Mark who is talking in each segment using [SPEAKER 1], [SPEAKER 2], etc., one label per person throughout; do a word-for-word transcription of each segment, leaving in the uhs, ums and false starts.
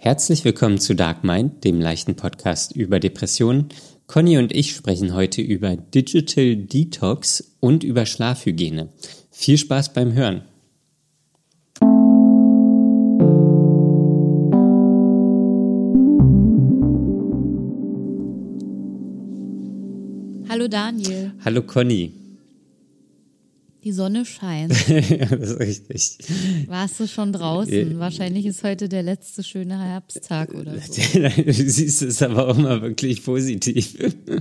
[SPEAKER 1] Herzlich willkommen zu Dark Mind, dem leichten Podcast über Depressionen. Conny und ich sprechen heute über Digital Detox und über Schlafhygiene. Viel Spaß beim Hören.
[SPEAKER 2] Hallo Daniel.
[SPEAKER 1] Hallo Conny.
[SPEAKER 2] Die Sonne scheint.
[SPEAKER 1] Ja, das ist richtig.
[SPEAKER 2] Warst du schon draußen?
[SPEAKER 1] Äh,
[SPEAKER 2] Wahrscheinlich ist heute der letzte schöne Herbsttag oder so.
[SPEAKER 1] Du siehst es aber auch mal wirklich positiv.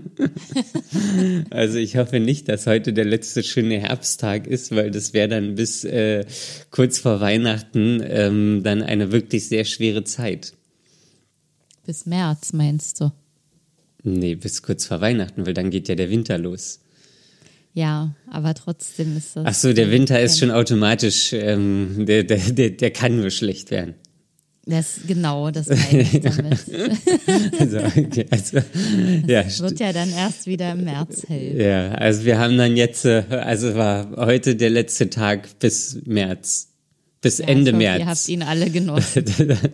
[SPEAKER 1] Also ich hoffe nicht, dass heute der letzte schöne Herbsttag ist, weil das wäre dann bis äh, kurz vor Weihnachten ähm, dann eine wirklich sehr schwere Zeit.
[SPEAKER 2] Bis März meinst du?
[SPEAKER 1] Nee, bis kurz vor Weihnachten, weil dann geht ja der Winter los.
[SPEAKER 2] Ja, aber trotzdem ist das...
[SPEAKER 1] Ach so, der Winter ist schon automatisch, ähm, der, der, der, der kann nur schlecht werden.
[SPEAKER 2] Das, genau, das meine ich damit.
[SPEAKER 1] Also, okay, also, ja,
[SPEAKER 2] Es wird ja dann erst wieder im März hell.
[SPEAKER 1] ja, also wir haben dann jetzt, äh, also war heute der letzte Tag bis März, bis
[SPEAKER 2] Ja,
[SPEAKER 1] Ende
[SPEAKER 2] ich hoffe,
[SPEAKER 1] März.
[SPEAKER 2] Ihr habt ihn alle genossen.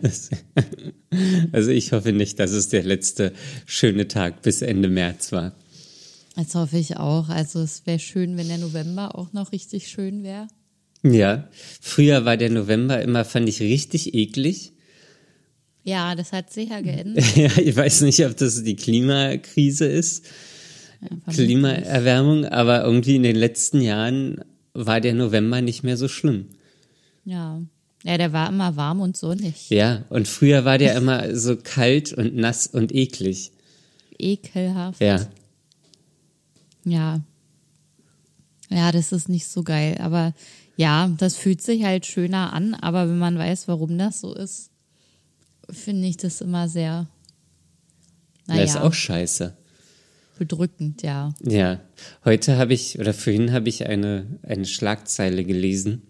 [SPEAKER 1] Also ich hoffe nicht, dass es der letzte schöne Tag bis Ende März war.
[SPEAKER 2] Das hoffe ich auch. Also es wäre schön, wenn der November auch noch richtig schön wäre.
[SPEAKER 1] Ja, früher war der November immer, fand ich, richtig eklig.
[SPEAKER 2] Ja, das hat sich ja geändert.
[SPEAKER 1] Ja, ich weiß nicht, ob das die Klimakrise ist,
[SPEAKER 2] Ja, vermutlich.
[SPEAKER 1] Klimaerwärmung, aber irgendwie in den letzten Jahren war der November nicht mehr so schlimm.
[SPEAKER 2] Ja. Ja, der war immer warm und sonnig.
[SPEAKER 1] Ja, und früher war der immer so kalt und nass und eklig.
[SPEAKER 2] Ekelhaft.
[SPEAKER 1] Ja,
[SPEAKER 2] Ja. Ja, das ist nicht so geil. Aber ja, das fühlt sich halt schöner an. Aber wenn man weiß, warum das so ist, finde ich das immer sehr,
[SPEAKER 1] das ist
[SPEAKER 2] naja,
[SPEAKER 1] auch scheiße.
[SPEAKER 2] bedrückend, ja.
[SPEAKER 1] Ja, heute habe ich, oder vorhin habe ich eine, eine Schlagzeile gelesen.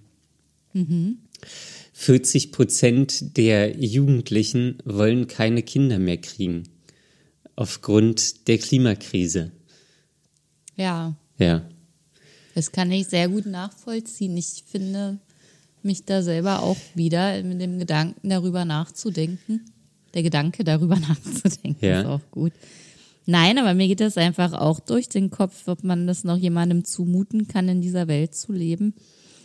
[SPEAKER 1] vierzig Prozent der Jugendlichen wollen keine Kinder mehr kriegen. Aufgrund der Klimakrise.
[SPEAKER 2] Ja,
[SPEAKER 1] Ja.
[SPEAKER 2] das kann ich sehr gut nachvollziehen. Ich finde mich da selber auch wieder mit dem Gedanken darüber nachzudenken. Der Gedanke darüber nachzudenken
[SPEAKER 1] Ja.
[SPEAKER 2] ist auch gut. Nein, aber mir geht das einfach auch durch den Kopf, ob man das noch jemandem zumuten kann, in dieser Welt zu leben,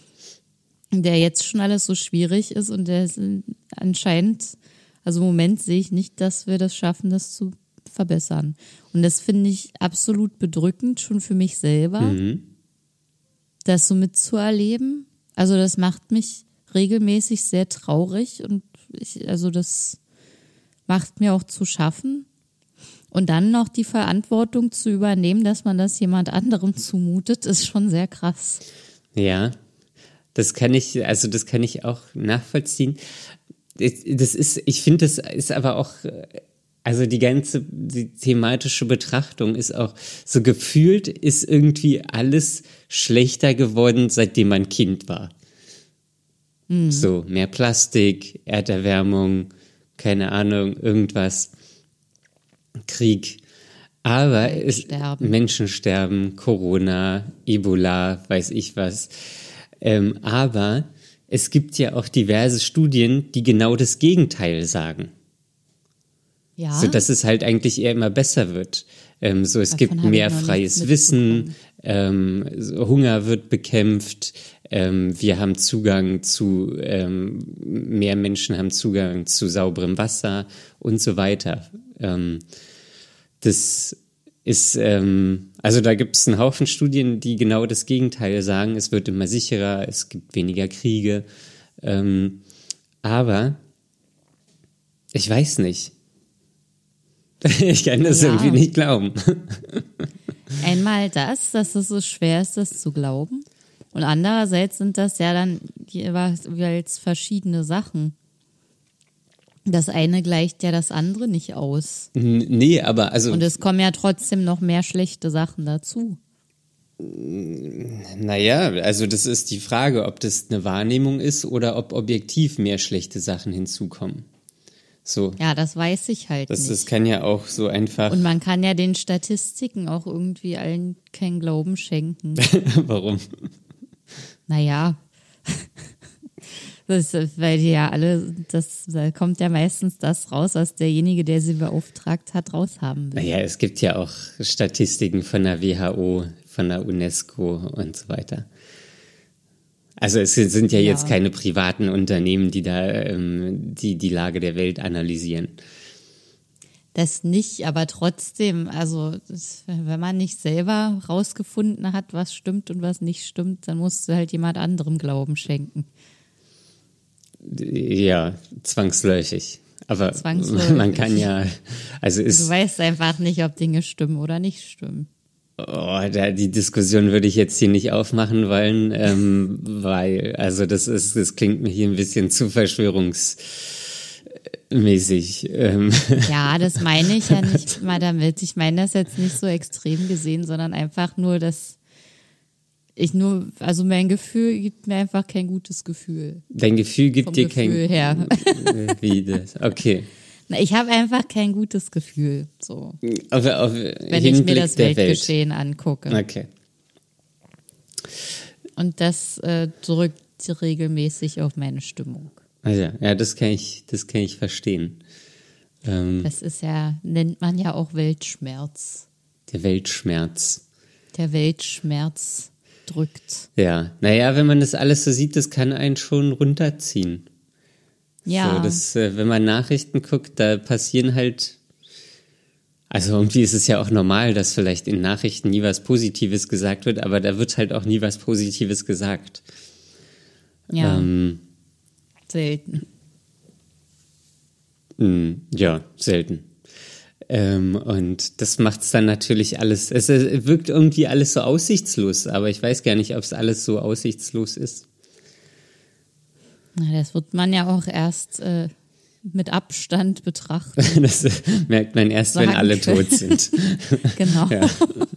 [SPEAKER 2] der jetzt schon alles so schwierig ist und der ist anscheinend, also im Moment sehe ich nicht, dass wir das schaffen, das zu verbessern. Und das finde ich absolut bedrückend, schon für mich selber,
[SPEAKER 1] Mhm.
[SPEAKER 2] das so mitzuerleben. Also das macht mich regelmäßig sehr traurig und ich, also das macht mir auch zu schaffen. Und dann noch die Verantwortung zu übernehmen, dass man das jemand anderem zumutet, ist schon sehr krass.
[SPEAKER 1] Ja, das kann ich, also das kann ich auch nachvollziehen. Das ist, ich finde, das ist aber auch, also die ganze die thematische Betrachtung ist auch so gefühlt, ist irgendwie alles schlechter geworden, seitdem man Kind war. Mhm. So, mehr Plastik, Erderwärmung, keine Ahnung, irgendwas, Krieg. Aber es,
[SPEAKER 2] Sterben.
[SPEAKER 1] Menschen sterben, Corona, Ebola, weiß ich was. Ähm, aber es gibt ja auch diverse Studien, die genau das Gegenteil sagen.
[SPEAKER 2] Ja,
[SPEAKER 1] So dass es halt eigentlich eher immer besser wird. Ähm, so, es
[SPEAKER 2] Davon
[SPEAKER 1] gibt
[SPEAKER 2] habe ich
[SPEAKER 1] mehr
[SPEAKER 2] noch
[SPEAKER 1] freies
[SPEAKER 2] nichts
[SPEAKER 1] Wissen, ähm, so Hunger wird bekämpft, ähm, wir haben Zugang zu, ähm, mehr Menschen haben Zugang zu sauberem Wasser und so weiter. Ähm, das ist, ähm, also da gibt es einen Haufen Studien, die genau das Gegenteil sagen. Es wird immer sicherer, es gibt weniger Kriege. Ähm, aber ich weiß nicht. Ich kann das
[SPEAKER 2] Ja.
[SPEAKER 1] irgendwie nicht glauben.
[SPEAKER 2] einmal das, dass es so schwer ist, das zu glauben. Und andererseits sind das ja dann jeweils verschiedene Sachen. Das eine gleicht ja das andere nicht aus.
[SPEAKER 1] N- Nee, aber also,
[SPEAKER 2] Und es kommen ja trotzdem noch mehr schlechte Sachen dazu.
[SPEAKER 1] naja, also das ist die Frage, ob das eine Wahrnehmung ist oder ob objektiv mehr schlechte Sachen hinzukommen. So,
[SPEAKER 2] Ja, das weiß ich halt
[SPEAKER 1] das,
[SPEAKER 2] nicht.
[SPEAKER 1] das kann ja auch so einfach.
[SPEAKER 2] Und man kann ja den Statistiken auch irgendwie allen keinen Glauben schenken.
[SPEAKER 1] Warum?
[SPEAKER 2] Naja, Das, weil die ja alle, das da kommt ja meistens das raus, was derjenige, der sie beauftragt hat, raushaben will.
[SPEAKER 1] Naja, es gibt ja auch Statistiken von der W H O, von der UNESCO und so weiter. Also es sind ja, ja jetzt keine privaten Unternehmen, die da ähm, die, die Lage der Welt analysieren.
[SPEAKER 2] Das nicht, aber trotzdem, also das, wenn man nicht selber rausgefunden hat, was stimmt und was nicht stimmt, dann musst du halt jemand anderem Glauben schenken.
[SPEAKER 1] Ja, zwangsläufig. Aber
[SPEAKER 2] zwangsläufig.
[SPEAKER 1] Man kann ja, also ist.
[SPEAKER 2] Du weißt einfach nicht, ob Dinge stimmen oder nicht stimmen.
[SPEAKER 1] Oh, da, die Diskussion würde ich jetzt hier nicht aufmachen wollen, ähm, weil, also das ist, das klingt mir hier ein bisschen zu verschwörungsmäßig. Ähm.
[SPEAKER 2] Ja, das meine ich ja nicht mal damit. Ich meine das jetzt nicht so extrem gesehen, sondern einfach nur, dass ich nur, also mein Gefühl gibt mir einfach kein gutes Gefühl.
[SPEAKER 1] Dein Gefühl gibt
[SPEAKER 2] Vom
[SPEAKER 1] dir
[SPEAKER 2] Gefühl
[SPEAKER 1] kein
[SPEAKER 2] her.
[SPEAKER 1] Wie das? Okay.
[SPEAKER 2] Na, ich habe einfach kein gutes Gefühl, so.
[SPEAKER 1] Auf, auf
[SPEAKER 2] wenn ich mir das Weltgeschehen Welt. angucke.
[SPEAKER 1] Okay.
[SPEAKER 2] Und das äh, drückt regelmäßig auf meine Stimmung.
[SPEAKER 1] Also, ja, das kann ich, das kann ich verstehen. Ähm,
[SPEAKER 2] das ist ja, nennt man ja auch Weltschmerz.
[SPEAKER 1] Der Weltschmerz.
[SPEAKER 2] Der Weltschmerz drückt.
[SPEAKER 1] Ja, naja, wenn man das alles so sieht, das kann einen schon runterziehen.
[SPEAKER 2] Ja.
[SPEAKER 1] So, das, äh, wenn man Nachrichten guckt, da passieren halt, also irgendwie ist es ja auch normal, dass vielleicht in Nachrichten nie was Positives gesagt wird, aber da wird halt auch nie was Positives gesagt.
[SPEAKER 2] Ja,
[SPEAKER 1] ähm,
[SPEAKER 2] selten.
[SPEAKER 1] Mh, ja, selten. Ähm, und das macht es dann natürlich alles, es, es wirkt irgendwie alles so aussichtslos, aber ich weiß gar nicht, ob es alles so aussichtslos ist.
[SPEAKER 2] Na, das wird man ja auch erst äh, mit Abstand betrachten.
[SPEAKER 1] Das merkt man erst, Sagen wenn alle können. tot sind.
[SPEAKER 2] Genau. Ja.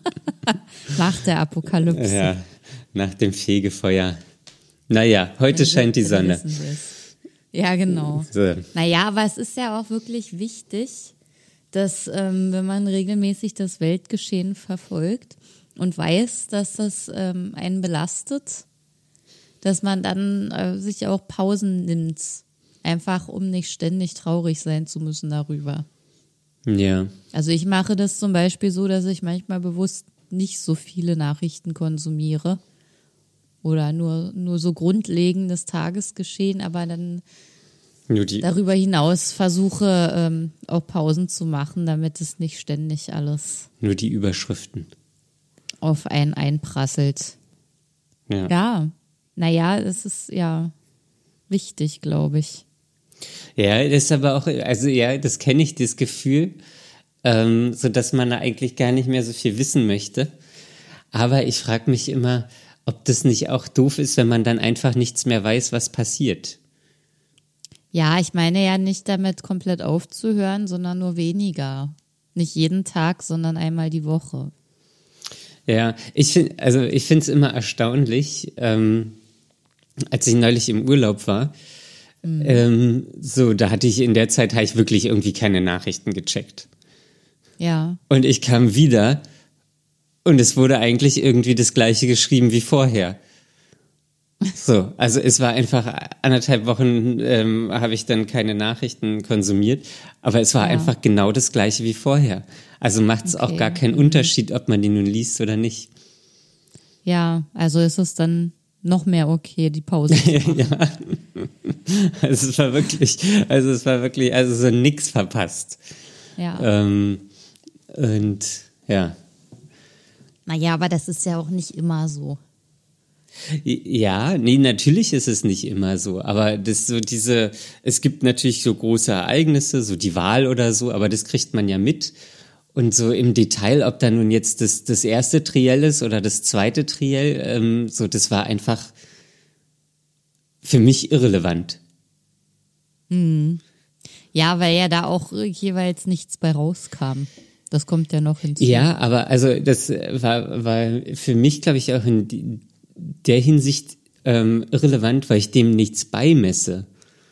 [SPEAKER 2] Nach der Apokalypse.
[SPEAKER 1] Ja, nach dem Fegefeuer. Naja, heute scheint die Sonne.
[SPEAKER 2] Ja, genau.
[SPEAKER 1] So.
[SPEAKER 2] Naja, aber es ist ja auch wirklich wichtig, dass ähm, wenn man regelmäßig das Weltgeschehen verfolgt und weiß, dass das ähm, einen belastet, dass man dann äh, sich auch Pausen nimmt, einfach um nicht ständig traurig sein zu müssen darüber.
[SPEAKER 1] Ja.
[SPEAKER 2] Also ich mache das zum Beispiel so, dass ich manchmal bewusst nicht so viele Nachrichten konsumiere oder nur, nur so grundlegendes Tagesgeschehen, aber dann
[SPEAKER 1] Nur die
[SPEAKER 2] darüber hinaus versuche ähm, auch Pausen zu machen, damit es nicht ständig alles
[SPEAKER 1] Nur die Überschriften
[SPEAKER 2] auf einen einprasselt.
[SPEAKER 1] Ja.
[SPEAKER 2] Ja. Naja, es ist ja wichtig, glaube ich.
[SPEAKER 1] Ja, das ist aber auch, also ja, das kenne ich, das Gefühl, ähm, so dass man da eigentlich gar nicht mehr so viel wissen möchte. Aber ich frage mich immer, ob das nicht auch doof ist, wenn man dann einfach nichts mehr weiß, was passiert.
[SPEAKER 2] Ja, ich meine ja nicht damit komplett aufzuhören, sondern nur weniger. Nicht jeden Tag, sondern einmal die Woche.
[SPEAKER 1] Ja, ich finde, also ich finde es immer erstaunlich, ähm, als ich neulich im Urlaub war, mhm. ähm, so, da hatte ich in der Zeit, habe ich wirklich irgendwie keine Nachrichten gecheckt.
[SPEAKER 2] Ja.
[SPEAKER 1] Und ich kam wieder und es wurde eigentlich irgendwie das Gleiche geschrieben wie vorher. So, also es war einfach anderthalb Wochen ähm, habe ich dann keine Nachrichten konsumiert, aber es war ja. einfach genau das Gleiche wie vorher. Also macht es okay. auch gar keinen mhm. Unterschied, ob man die nun liest oder nicht.
[SPEAKER 2] Ja, also ist es dann noch mehr okay, die Pause zu machen.
[SPEAKER 1] Ja, also es war wirklich, also es war wirklich, also so nix verpasst.
[SPEAKER 2] Ja.
[SPEAKER 1] Ähm, und ja.
[SPEAKER 2] Naja, aber das ist ja auch nicht immer so.
[SPEAKER 1] Ja, nee, natürlich ist es nicht immer so, aber das so diese, es gibt natürlich so große Ereignisse, so die Wahl oder so, aber das kriegt man ja mit. Und so im Detail, ob da nun jetzt das, das erste Triell ist oder das zweite Triell, ähm, so, das war einfach für mich irrelevant.
[SPEAKER 2] Hm. Ja, weil ja da auch jeweils nichts bei rauskam. Das kommt ja noch hinzu.
[SPEAKER 1] Ja, aber also das war, war für mich, glaube ich, auch in der Hinsicht ähm, irrelevant, weil ich dem nichts beimesse.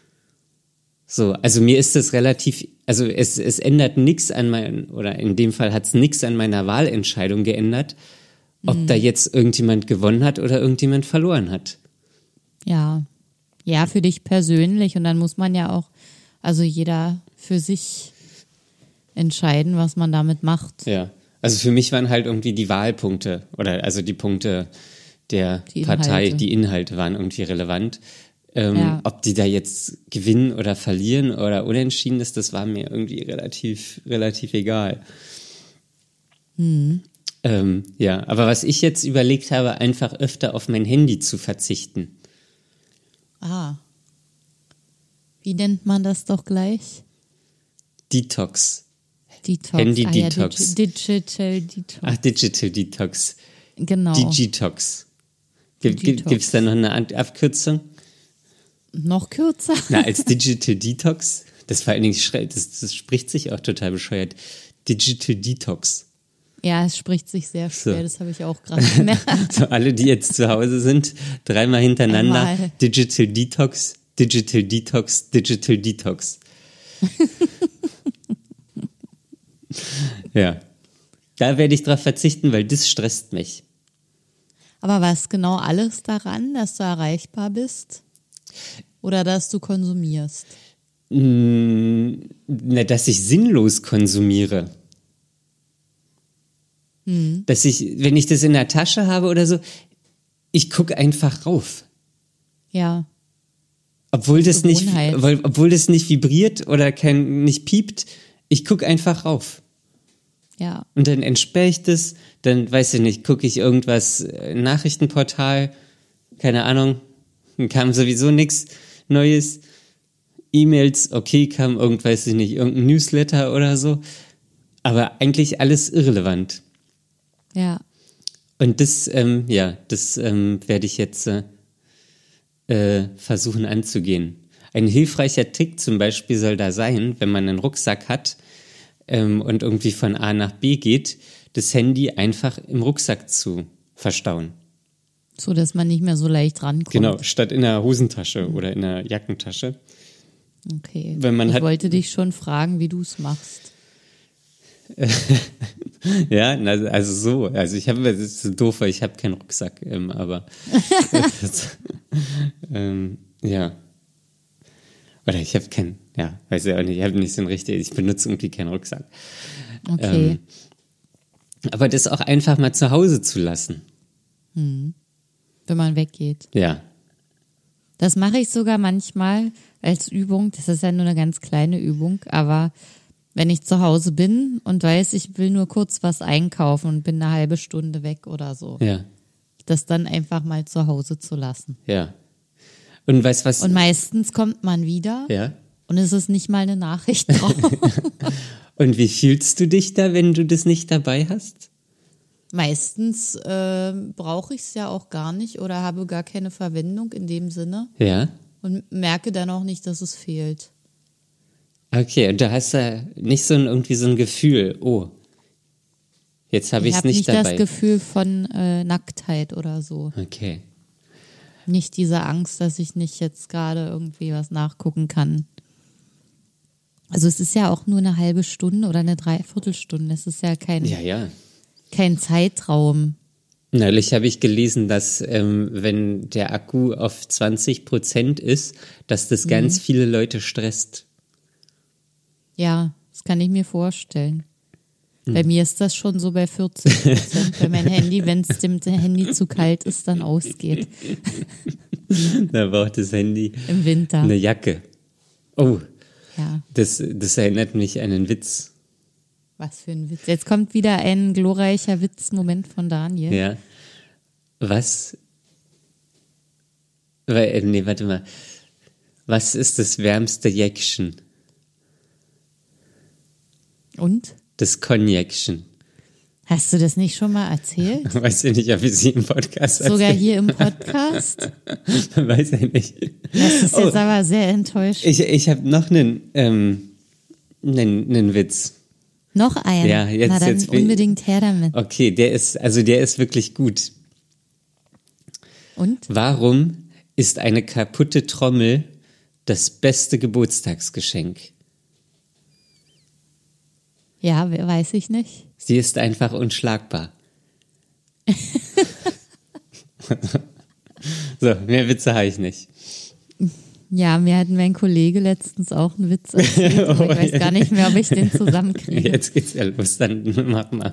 [SPEAKER 1] So, also mir ist das relativ, also es, es ändert nichts an meinem, oder in dem Fall hat es nichts an meiner Wahlentscheidung geändert, ob mhm. da jetzt irgendjemand gewonnen hat oder irgendjemand verloren hat.
[SPEAKER 2] Ja, Ja, für dich persönlich. Und dann muss man ja auch, also jeder für sich entscheiden, was man damit macht.
[SPEAKER 1] Ja, also für mich waren halt irgendwie die Wahlpunkte oder also die Punkte der
[SPEAKER 2] Die
[SPEAKER 1] Partei,
[SPEAKER 2] Inhalte.
[SPEAKER 1] die Inhalte waren irgendwie relevant. Ähm,
[SPEAKER 2] Ja.
[SPEAKER 1] Ob die da jetzt gewinnen oder verlieren oder unentschieden ist, das war mir irgendwie relativ, relativ egal.
[SPEAKER 2] Hm.
[SPEAKER 1] Ähm, ja, aber was ich jetzt überlegt habe, einfach öfter auf mein Handy zu verzichten.
[SPEAKER 2] Ah. Wie nennt man das doch gleich?
[SPEAKER 1] Detox.
[SPEAKER 2] Detox.
[SPEAKER 1] Handy-Detox.
[SPEAKER 2] Ah, ja, Dig- Digital Detox.
[SPEAKER 1] Ach, Digital Detox.
[SPEAKER 2] Genau.
[SPEAKER 1] Digitox. Gibt
[SPEAKER 2] Digitox.
[SPEAKER 1] es da noch eine Ab- Abkürzung?
[SPEAKER 2] Noch kürzer?
[SPEAKER 1] Na, als Digital Detox? Das vor allen Dingen, schre- das, das spricht sich auch total bescheuert. Digital Detox.
[SPEAKER 2] Ja, es spricht sich sehr schwer,
[SPEAKER 1] So.
[SPEAKER 2] das habe ich auch gerade gemerkt.
[SPEAKER 1] So, alle, die jetzt zu Hause sind, dreimal hintereinander.
[SPEAKER 2] Einmal.
[SPEAKER 1] Digital Detox, Digital Detox, Digital Detox. Ja. Da werde ich drauf verzichten, weil das stresst mich.
[SPEAKER 2] Aber was genau alles daran, dass du erreichbar bist? Oder dass du konsumierst?
[SPEAKER 1] Mm, na, dass ich sinnlos konsumiere.
[SPEAKER 2] Hm.
[SPEAKER 1] Dass ich, wenn ich das in der Tasche habe oder so, ich gucke einfach rauf.
[SPEAKER 2] Ja,
[SPEAKER 1] Obwohl das, nicht,
[SPEAKER 2] Gewohnheit.
[SPEAKER 1] obwohl, obwohl das nicht vibriert oder kein, nicht piept, ich gucke einfach rauf.
[SPEAKER 2] ja,
[SPEAKER 1] Und dann entsperre ich das, dann, weiß ich nicht, gucke ich irgendwas, äh, Nachrichtenportal, keine Ahnung, dann kam sowieso nichts Neues. E-Mails, okay, kam irgend, weiß ich nicht, irgendein Newsletter oder so. Aber eigentlich alles irrelevant.
[SPEAKER 2] ja.
[SPEAKER 1] Und das, ähm, ja, das ähm, werde ich jetzt äh, äh, versuchen anzugehen. Ein hilfreicher Trick zum Beispiel soll da sein, wenn man einen Rucksack hat ähm, und irgendwie von A nach B geht, das Handy einfach im Rucksack zu verstauen.
[SPEAKER 2] So, dass man nicht mehr so leicht rankommt.
[SPEAKER 1] Genau, statt in der Hosentasche oder in der Jackentasche.
[SPEAKER 2] Okay.
[SPEAKER 1] Wenn man
[SPEAKER 2] ich
[SPEAKER 1] hat-
[SPEAKER 2] wollte dich schon fragen, wie du es machst.
[SPEAKER 1] Ja, na, also so, also ich habe, das ist so doof, weil ich habe keinen Rucksack, ähm, aber das, ähm, ja. Oder ich habe keinen, ja, weiß ich auch nicht, ich habe nicht so einen richtigen, ich benutze irgendwie keinen Rucksack.
[SPEAKER 2] Okay.
[SPEAKER 1] Ähm, aber das auch einfach mal zu Hause zu lassen.
[SPEAKER 2] Wenn man weggeht.
[SPEAKER 1] Ja,
[SPEAKER 2] Das mache ich sogar manchmal als Übung. Das ist ja nur eine ganz kleine Übung, aber wenn ich zu Hause bin und weiß, ich will nur kurz was einkaufen und bin eine halbe Stunde weg oder so,
[SPEAKER 1] ja,
[SPEAKER 2] das dann einfach mal zu Hause zu lassen.
[SPEAKER 1] ja. Und weißt was?
[SPEAKER 2] Und meistens kommt man wieder
[SPEAKER 1] Ja.
[SPEAKER 2] und es ist nicht mal eine Nachricht drauf.
[SPEAKER 1] Und wie fühlst du dich da, wenn du das nicht dabei hast?
[SPEAKER 2] Meistens äh, brauche ich es ja auch gar nicht oder habe gar keine Verwendung in dem Sinne
[SPEAKER 1] Ja.
[SPEAKER 2] und merke dann auch nicht, dass es fehlt.
[SPEAKER 1] Okay, und da hast du nicht so ein, irgendwie so ein Gefühl, oh, jetzt habe
[SPEAKER 2] Ich
[SPEAKER 1] ich es
[SPEAKER 2] habe
[SPEAKER 1] nicht
[SPEAKER 2] nicht
[SPEAKER 1] dabei.
[SPEAKER 2] das Gefühl von äh, Nacktheit oder so.
[SPEAKER 1] Okay.
[SPEAKER 2] Nicht diese Angst, dass ich nicht jetzt gerade irgendwie was nachgucken kann. Also es ist ja auch nur eine halbe Stunde oder eine Dreiviertelstunde. Es ist ja kein,
[SPEAKER 1] Ja, ja.
[SPEAKER 2] kein Zeitraum.
[SPEAKER 1] Neulich habe ich gelesen, dass ähm, wenn der Akku auf zwanzig Prozent ist, dass das ganz viele Leute stresst.
[SPEAKER 2] Ja, das kann ich mir vorstellen. Bei mir ist das schon so bei vierzig Prozent, weil mein Handy, wenn es dem Handy zu kalt ist, dann ausgeht
[SPEAKER 1] Da braucht das Handy
[SPEAKER 2] im Winter.
[SPEAKER 1] eine Jacke. Oh,
[SPEAKER 2] Ja,
[SPEAKER 1] das, das erinnert mich an einen Witz.
[SPEAKER 2] was für ein Witz. Jetzt kommt wieder ein glorreicher Witzmoment von Daniel.
[SPEAKER 1] Ja. Was? Weil, äh, nee, warte mal. Was ist das wärmste Jäckchen?
[SPEAKER 2] Und?
[SPEAKER 1] Das Cognacchen.
[SPEAKER 2] Hast du das nicht schon mal erzählt?
[SPEAKER 1] Weiß ich nicht, ob ich sie im Podcast
[SPEAKER 2] Sogar
[SPEAKER 1] erzähle.
[SPEAKER 2] hier im Podcast?
[SPEAKER 1] Weiß ich nicht.
[SPEAKER 2] Das ist
[SPEAKER 1] Oh.
[SPEAKER 2] jetzt aber sehr enttäuschend.
[SPEAKER 1] Ich, ich habe noch einen, ähm, einen, einen Witz.
[SPEAKER 2] Noch einen?
[SPEAKER 1] Ja, jetzt-
[SPEAKER 2] Na dann
[SPEAKER 1] jetzt will-
[SPEAKER 2] unbedingt her damit.
[SPEAKER 1] Okay, der ist, also der ist wirklich gut.
[SPEAKER 2] Und?
[SPEAKER 1] Warum ist eine kaputte Trommel das beste Geburtstagsgeschenk?
[SPEAKER 2] Ja, we- weiß ich nicht.
[SPEAKER 1] Sie ist einfach unschlagbar. So, mehr Witze habe ich nicht.
[SPEAKER 2] Ja, mir hat mein Kollege letztens auch einen Witz erzählt, aber ich weiß gar nicht mehr, ob ich den zusammenkriege.
[SPEAKER 1] Jetzt geht's ja los, dann mach mal.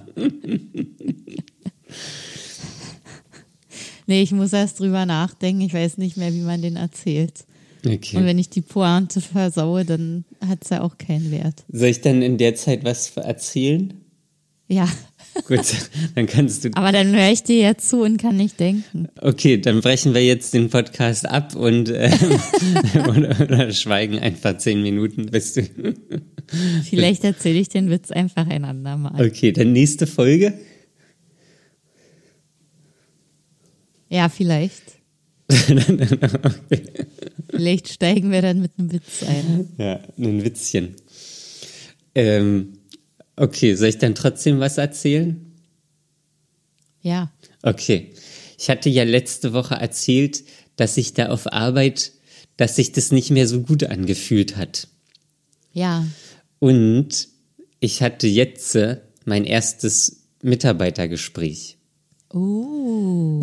[SPEAKER 2] Nee, ich muss erst drüber nachdenken. Ich weiß nicht mehr, wie man den erzählt.
[SPEAKER 1] Okay.
[SPEAKER 2] Und wenn ich die Pointe versaue, dann hat es ja auch keinen Wert.
[SPEAKER 1] Soll ich dann in der Zeit was erzählen?
[SPEAKER 2] Ja.
[SPEAKER 1] Gut, dann kannst du...
[SPEAKER 2] Aber dann höre ich dir ja zu und kann nicht denken.
[SPEAKER 1] Okay, dann brechen wir jetzt den Podcast ab und äh, oder, oder schweigen einfach zehn Minuten, bis du...
[SPEAKER 2] Vielleicht erzähle ich den Witz einfach ein andermal.
[SPEAKER 1] Okay, dann nächste Folge.
[SPEAKER 2] Ja, vielleicht.
[SPEAKER 1] Okay.
[SPEAKER 2] Vielleicht steigen wir dann mit einem Witz ein.
[SPEAKER 1] Ja, ein Witzchen. Ähm, okay, soll ich dann trotzdem was erzählen?
[SPEAKER 2] Ja.
[SPEAKER 1] Okay. Ich hatte ja letzte Woche erzählt, dass ich da auf Arbeit, dass sich das nicht mehr so gut angefühlt hat.
[SPEAKER 2] Ja.
[SPEAKER 1] Und ich hatte jetzt äh, mein erstes Mitarbeitergespräch.
[SPEAKER 2] Oh.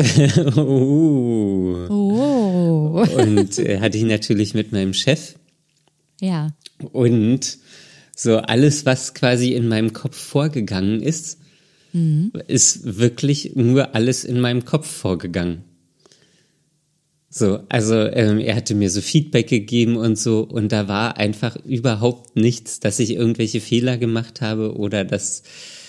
[SPEAKER 1] oh.
[SPEAKER 2] Oh.
[SPEAKER 1] Und äh, hatte ich natürlich mit meinem Chef.
[SPEAKER 2] Ja.
[SPEAKER 1] Und so alles, was quasi in meinem Kopf vorgegangen ist, mhm. ist wirklich nur alles in meinem Kopf vorgegangen. So, also ähm, er hatte mir so Feedback gegeben und so und da war einfach überhaupt nichts, dass ich irgendwelche Fehler gemacht habe oder dass,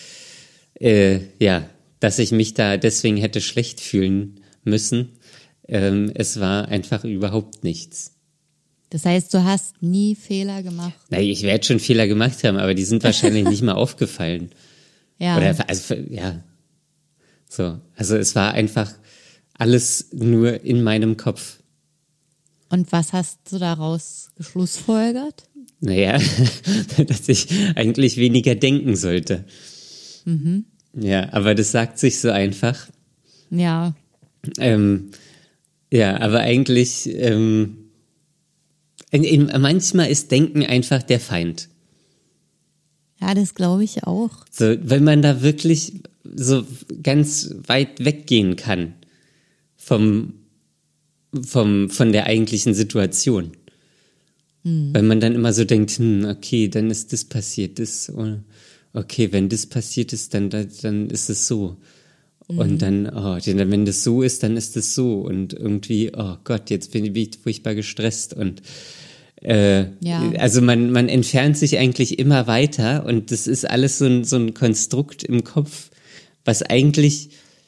[SPEAKER 1] äh, ja, dass ich mich da deswegen hätte schlecht fühlen müssen. Ähm, es war einfach überhaupt nichts.
[SPEAKER 2] Das heißt, du hast nie Fehler gemacht?
[SPEAKER 1] Nein, ich werde schon Fehler gemacht haben, aber die sind wahrscheinlich nicht mal aufgefallen.
[SPEAKER 2] Ja.
[SPEAKER 1] Oder, also, ja. So, also es war einfach alles nur in meinem Kopf.
[SPEAKER 2] Und was hast du daraus geschlussfolgert?
[SPEAKER 1] Naja, dass ich eigentlich weniger denken sollte. Mhm. Ja, aber das sagt sich so einfach.
[SPEAKER 2] Ja.
[SPEAKER 1] Ähm, ja, aber eigentlich, ähm, in, in, manchmal ist Denken einfach der Feind.
[SPEAKER 2] Ja, das glaube ich auch.
[SPEAKER 1] So, wenn man da wirklich so ganz weit weggehen kann vom, vom, von der eigentlichen Situation. Hm. Weil man dann immer so denkt, hm, okay, dann ist das passiert, das, okay, wenn das passiert ist, dann, dann ist es so. Mhm. Und dann, oh, wenn das so ist, dann ist es so. Und irgendwie, oh Gott, jetzt bin ich furchtbar gestresst. Und äh, ja. also man, man entfernt sich eigentlich immer weiter und das ist alles so ein, so ein Konstrukt im Kopf, was eigentlich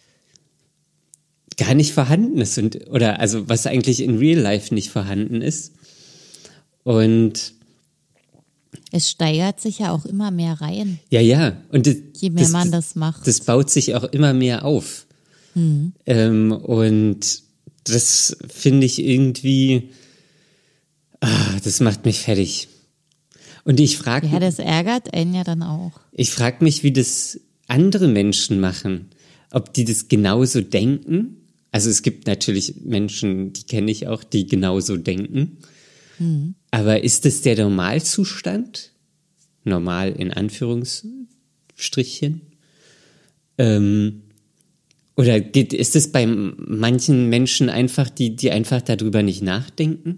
[SPEAKER 1] gar nicht vorhanden ist und oder also was eigentlich in Real Life nicht vorhanden ist. Und
[SPEAKER 2] es steigert sich ja auch immer mehr rein.
[SPEAKER 1] Ja, ja. Und das,
[SPEAKER 2] je mehr
[SPEAKER 1] das,
[SPEAKER 2] man das macht.
[SPEAKER 1] Das baut sich auch immer mehr auf. Hm. Ähm, und das finde ich irgendwie, ah, das macht mich fertig. Und ich frage
[SPEAKER 2] Ja, das ärgert einen ja dann auch.
[SPEAKER 1] Ich frage mich, wie das andere Menschen machen. Ob die das genauso denken. Also es gibt natürlich Menschen, die kenne ich auch, die genauso denken. Hm. Aber ist das der Normalzustand? Normal in Anführungsstrichen? Ähm, oder geht, ist es bei manchen Menschen einfach, die, die einfach darüber nicht nachdenken?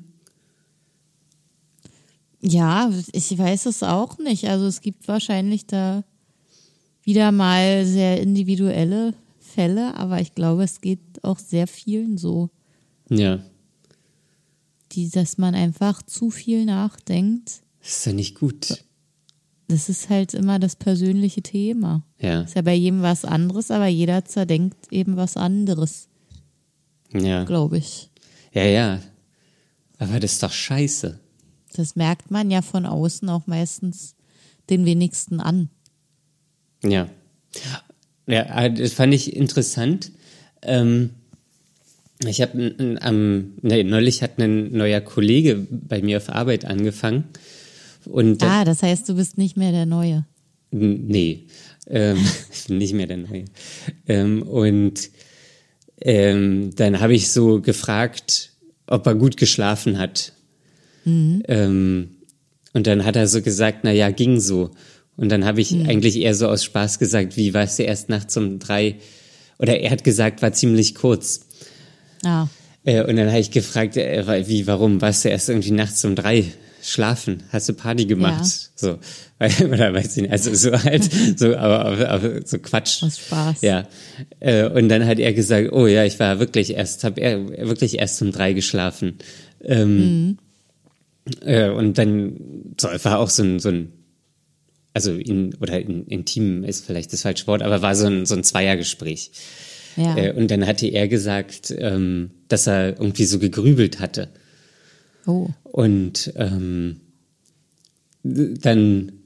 [SPEAKER 2] Ja, ich weiß es auch nicht. Also es gibt wahrscheinlich da wieder mal sehr individuelle Fälle, aber ich glaube, es geht auch sehr vielen so.
[SPEAKER 1] Ja.
[SPEAKER 2] Die, dass man einfach zu viel nachdenkt.
[SPEAKER 1] Das ist ja nicht gut.
[SPEAKER 2] Das ist halt immer das persönliche Thema.
[SPEAKER 1] Ja.
[SPEAKER 2] Ist ja bei jedem was anderes, aber jeder zerdenkt eben was anderes.
[SPEAKER 1] Ja.
[SPEAKER 2] Glaube ich.
[SPEAKER 1] Ja, ja. Aber das ist doch scheiße.
[SPEAKER 2] Das merkt man ja von außen auch meistens den wenigsten an.
[SPEAKER 1] Ja. Ja, das fand ich interessant. Ähm, ich habe am nee, neulich hat ein neuer Kollege bei mir auf Arbeit angefangen. Und
[SPEAKER 2] ah, das heißt, du bist nicht mehr der Neue.
[SPEAKER 1] Nee, ähm, ich bin nicht mehr der Neue. Ähm, und ähm, dann habe ich so gefragt, ob er gut geschlafen hat. Mhm. Ähm, und dann hat er so gesagt, na ja, ging so. Und dann habe ich mhm. eigentlich eher so aus Spaß gesagt, wie warst du erst nachts um drei? Oder er hat gesagt, war ziemlich kurz.
[SPEAKER 2] Ah.
[SPEAKER 1] Äh, und dann habe ich gefragt, äh, wie, warum? Warst du erst irgendwie nachts um drei schlafen? Hast du Party gemacht?
[SPEAKER 2] Ja.
[SPEAKER 1] So, weil, oder weiß ich nicht, also so halt, so, aber, aber, aber so Quatsch.
[SPEAKER 2] Aus Spaß.
[SPEAKER 1] Ja. Äh, und dann hat er gesagt, oh ja, ich war wirklich erst, habe er wirklich erst um drei geschlafen. Ähm, mhm. äh, und dann so, war auch so ein, so ein also in, oder in, intim ist vielleicht das falsche Wort, aber war so ein, so ein Zweiergespräch.
[SPEAKER 2] Ja.
[SPEAKER 1] Äh, und dann hatte er gesagt, ähm, dass er irgendwie so gegrübelt hatte.
[SPEAKER 2] Oh.
[SPEAKER 1] Und ähm, dann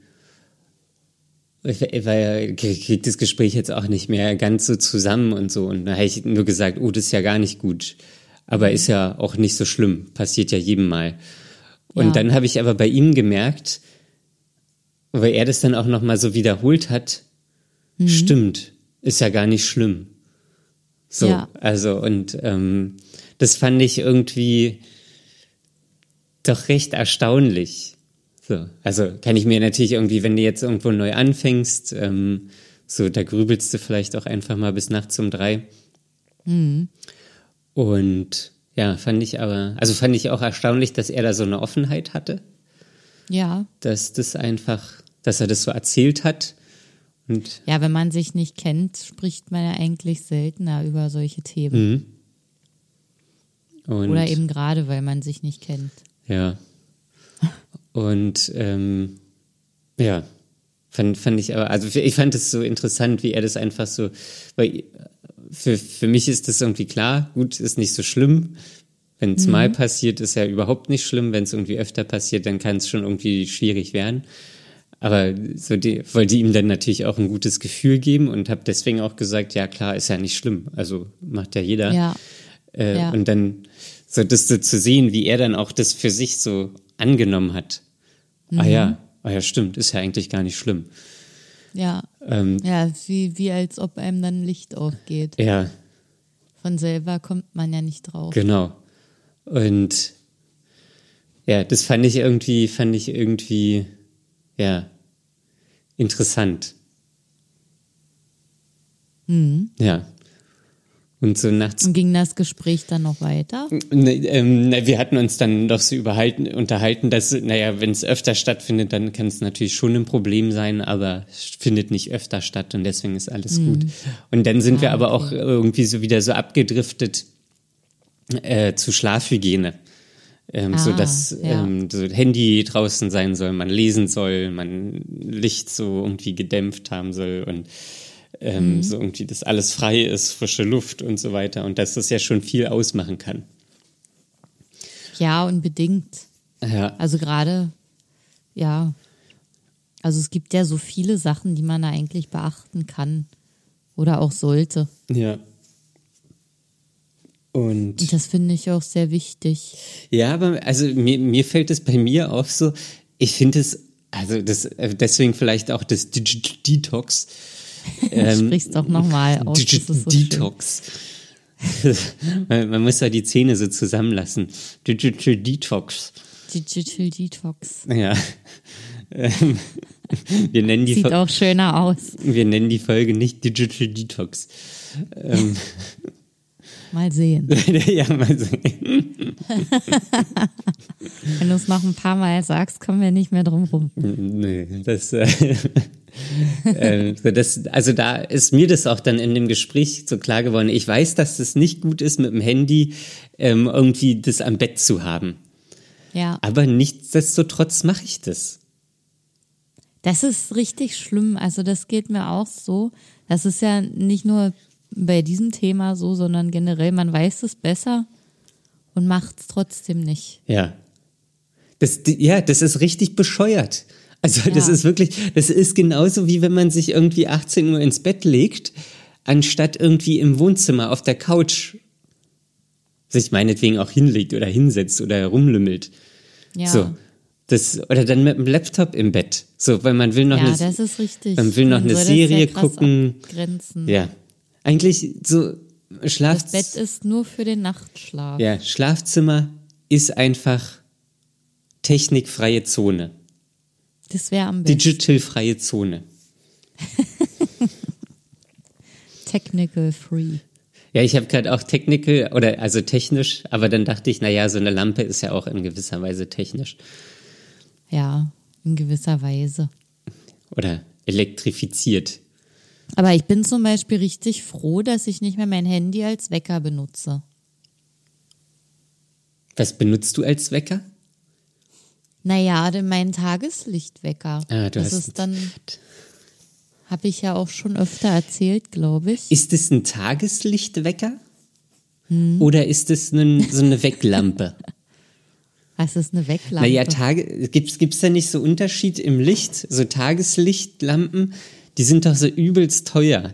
[SPEAKER 1] weil kriegt das Gespräch jetzt auch nicht mehr ganz so zusammen und so. Und da habe ich nur gesagt, oh, das ist ja gar nicht gut. Aber ist ja auch nicht so schlimm, passiert ja jedem mal. Und
[SPEAKER 2] Ja.
[SPEAKER 1] dann habe ich aber bei ihm gemerkt, weil er das dann auch nochmal so wiederholt hat, mhm. stimmt, ist ja gar nicht schlimm. So,
[SPEAKER 2] ja.
[SPEAKER 1] also und ähm, das fand ich irgendwie doch recht erstaunlich. So, also kann ich mir natürlich irgendwie, wenn du jetzt irgendwo neu anfängst, ähm, so, da grübelst du vielleicht auch einfach mal bis nachts um drei.
[SPEAKER 2] Mhm.
[SPEAKER 1] Und ja, fand ich aber, also fand ich auch erstaunlich, dass er da so eine Offenheit hatte.
[SPEAKER 2] Ja.
[SPEAKER 1] Dass das einfach, dass er das so erzählt hat. Und
[SPEAKER 2] ja, wenn man sich nicht kennt, spricht man ja eigentlich seltener über solche Themen.
[SPEAKER 1] Mhm. Und
[SPEAKER 2] oder eben gerade, weil man sich nicht kennt.
[SPEAKER 1] Ja. Und ähm, ja, fand, fand ich aber, also ich fand es so interessant, wie er das einfach so, weil für, für mich ist das irgendwie klar, gut, ist nicht so schlimm. Wenn es mhm. mal passiert, ist ja überhaupt nicht schlimm. Wenn es irgendwie öfter passiert, dann kann es schon irgendwie schwierig werden. Aber so die, wollte ihm dann natürlich auch ein gutes Gefühl geben und habe deswegen auch gesagt, ja klar, ist ja nicht schlimm. Also macht ja jeder.
[SPEAKER 2] Ja.
[SPEAKER 1] Äh,
[SPEAKER 2] ja.
[SPEAKER 1] Und dann so das so zu sehen, wie er dann auch das für sich so angenommen hat. Mhm. Ah ja, ah ja, stimmt, ist ja eigentlich gar nicht schlimm.
[SPEAKER 2] Ja,
[SPEAKER 1] ähm,
[SPEAKER 2] ja wie, wie als ob einem dann Licht aufgeht.
[SPEAKER 1] Ja.
[SPEAKER 2] Von selber kommt man ja nicht drauf.
[SPEAKER 1] Genau. Und ja, das fand ich irgendwie, fand ich irgendwie, ja, interessant.
[SPEAKER 2] Mhm.
[SPEAKER 1] Ja. Und so nachts.
[SPEAKER 2] Und ging das Gespräch dann noch weiter?
[SPEAKER 1] Ne, ähm, ne, wir hatten uns dann doch so überhalten, unterhalten, dass, naja, wenn es öfter stattfindet, dann kann es natürlich schon ein Problem sein, aber es findet nicht öfter statt und deswegen ist alles mhm. gut. Und dann sind ah, wir aber okay. auch irgendwie so wieder so abgedriftet äh, zu Schlafhygiene. Ähm, ah, so dass ja. ähm, so Handy draußen sein soll, man lesen soll, man Licht so irgendwie gedämpft haben soll und ähm, mhm. so irgendwie, dass alles frei ist, frische Luft und so weiter und dass das ja schon viel ausmachen kann.
[SPEAKER 2] Ja, unbedingt.
[SPEAKER 1] Ja.
[SPEAKER 2] Also gerade, ja, also es gibt ja so viele Sachen, die man da eigentlich beachten kann oder auch sollte.
[SPEAKER 1] Ja. Und,
[SPEAKER 2] und das finde ich auch sehr wichtig.
[SPEAKER 1] Ja, aber also mir, mir fällt es bei mir auf so, ich finde es, also das, deswegen vielleicht auch das Digital Detox.
[SPEAKER 2] Ähm, Sprich's doch nochmal aus.
[SPEAKER 1] Digital
[SPEAKER 2] so
[SPEAKER 1] Detox. man, man muss ja die Zähne so zusammenlassen. Digital Detox.
[SPEAKER 2] Digital Detox.
[SPEAKER 1] Ja. Ähm, wir nennen die
[SPEAKER 2] Sieht
[SPEAKER 1] Fol-
[SPEAKER 2] auch schöner aus.
[SPEAKER 1] Wir nennen die Folge nicht Digital Detox. Ähm,
[SPEAKER 2] Mal sehen.
[SPEAKER 1] ja, mal sehen.
[SPEAKER 2] Wenn du es noch ein paar Mal sagst, kommen wir nicht mehr drum rum.
[SPEAKER 1] Nee, das, äh, äh, das, also da ist mir das auch dann in dem Gespräch so klar geworden. Ich weiß, dass es nicht gut ist, mit dem Handy ähm, irgendwie das am Bett zu haben.
[SPEAKER 2] Ja.
[SPEAKER 1] Aber nichtsdestotrotz mache ich das.
[SPEAKER 2] Das ist richtig schlimm. Also das geht mir auch so. Das ist ja nicht nur bei diesem Thema so, sondern generell, man weiß es besser und macht es trotzdem nicht.
[SPEAKER 1] Ja. Das, ja, das ist richtig bescheuert. Also
[SPEAKER 2] ja.
[SPEAKER 1] das ist wirklich, das ist genauso wie wenn man sich irgendwie achtzehn Uhr ins Bett legt, anstatt irgendwie im Wohnzimmer auf der Couch sich meinetwegen auch hinlegt oder hinsetzt oder herumlümmelt.
[SPEAKER 2] Ja.
[SPEAKER 1] So. Das, oder dann mit dem Laptop im Bett. So, weil man will noch
[SPEAKER 2] ja,
[SPEAKER 1] eine,
[SPEAKER 2] das ist richtig.
[SPEAKER 1] Man will noch
[SPEAKER 2] man
[SPEAKER 1] eine Serie
[SPEAKER 2] das ja krass
[SPEAKER 1] gucken.
[SPEAKER 2] Abgrenzen.
[SPEAKER 1] Ja. Eigentlich so Schlaf.
[SPEAKER 2] Das Bett ist nur für den Nachtschlaf.
[SPEAKER 1] Ja, Schlafzimmer ist einfach technikfreie Zone.
[SPEAKER 2] Das wäre am besten.
[SPEAKER 1] Digitalfreie Zone.
[SPEAKER 2] Technical free.
[SPEAKER 1] Ja, ich habe gerade auch technical oder also technisch, aber dann dachte ich, naja, so eine Lampe ist ja auch in gewisser Weise technisch.
[SPEAKER 2] Ja, in gewisser Weise.
[SPEAKER 1] Oder elektrifiziert.
[SPEAKER 2] Aber ich bin zum Beispiel richtig froh, dass ich nicht mehr mein Handy als Wecker benutze.
[SPEAKER 1] Was benutzt du als Wecker?
[SPEAKER 2] Naja, denn mein Tageslichtwecker.
[SPEAKER 1] Ah, du
[SPEAKER 2] das
[SPEAKER 1] hast
[SPEAKER 2] ist dann, habe ich ja auch schon öfter erzählt, glaube ich.
[SPEAKER 1] Ist es ein Tageslichtwecker?
[SPEAKER 2] Hm.
[SPEAKER 1] Oder ist es ein, so eine Wecklampe?
[SPEAKER 2] Was ist eine Wecklampe?
[SPEAKER 1] Naja, Tage, gibt's, gibt's da nicht so Unterschied im Licht? So Tageslichtlampen, die sind doch so übelst teuer.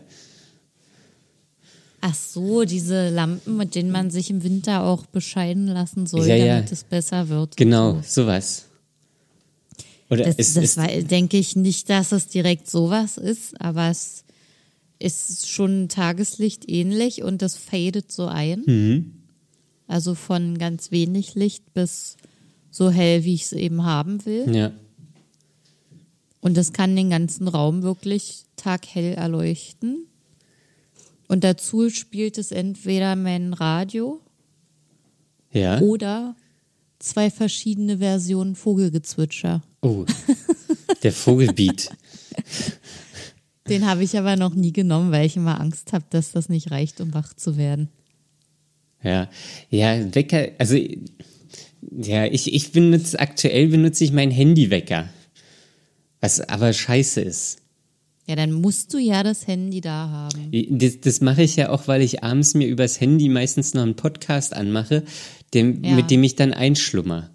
[SPEAKER 2] Ach so, diese Lampen, mit denen man sich im Winter auch bescheiden lassen soll,
[SPEAKER 1] Ja, ja.
[SPEAKER 2] damit es besser wird.
[SPEAKER 1] Genau,
[SPEAKER 2] So.
[SPEAKER 1] sowas. Oder
[SPEAKER 2] Das,
[SPEAKER 1] ist,
[SPEAKER 2] das
[SPEAKER 1] ist,
[SPEAKER 2] war, denke ich nicht, dass es direkt sowas ist, aber es ist schon Tageslicht ähnlich und das fadet so ein.
[SPEAKER 1] Mhm.
[SPEAKER 2] Also von ganz wenig Licht bis so hell, wie ich es eben haben will.
[SPEAKER 1] Ja.
[SPEAKER 2] Und das kann den ganzen Raum wirklich taghell erleuchten. Und dazu spielt es entweder mein Radio
[SPEAKER 1] Ja.
[SPEAKER 2] oder zwei verschiedene Versionen Vogelgezwitscher.
[SPEAKER 1] Oh, der Vogelbeat.
[SPEAKER 2] Den habe ich aber noch nie genommen, weil ich immer Angst habe, dass das nicht reicht, um wach zu werden.
[SPEAKER 1] Ja, ja, Wecker, also ja, ich, ich benutze, aktuell benutze ich meinen Handywecker. Was aber scheiße ist.
[SPEAKER 2] Ja, dann musst du ja das Handy da haben.
[SPEAKER 1] Das, das mache ich ja auch, weil ich abends mir übers Handy meistens noch einen Podcast anmache, dem,
[SPEAKER 2] Ja.
[SPEAKER 1] mit dem ich dann einschlummer.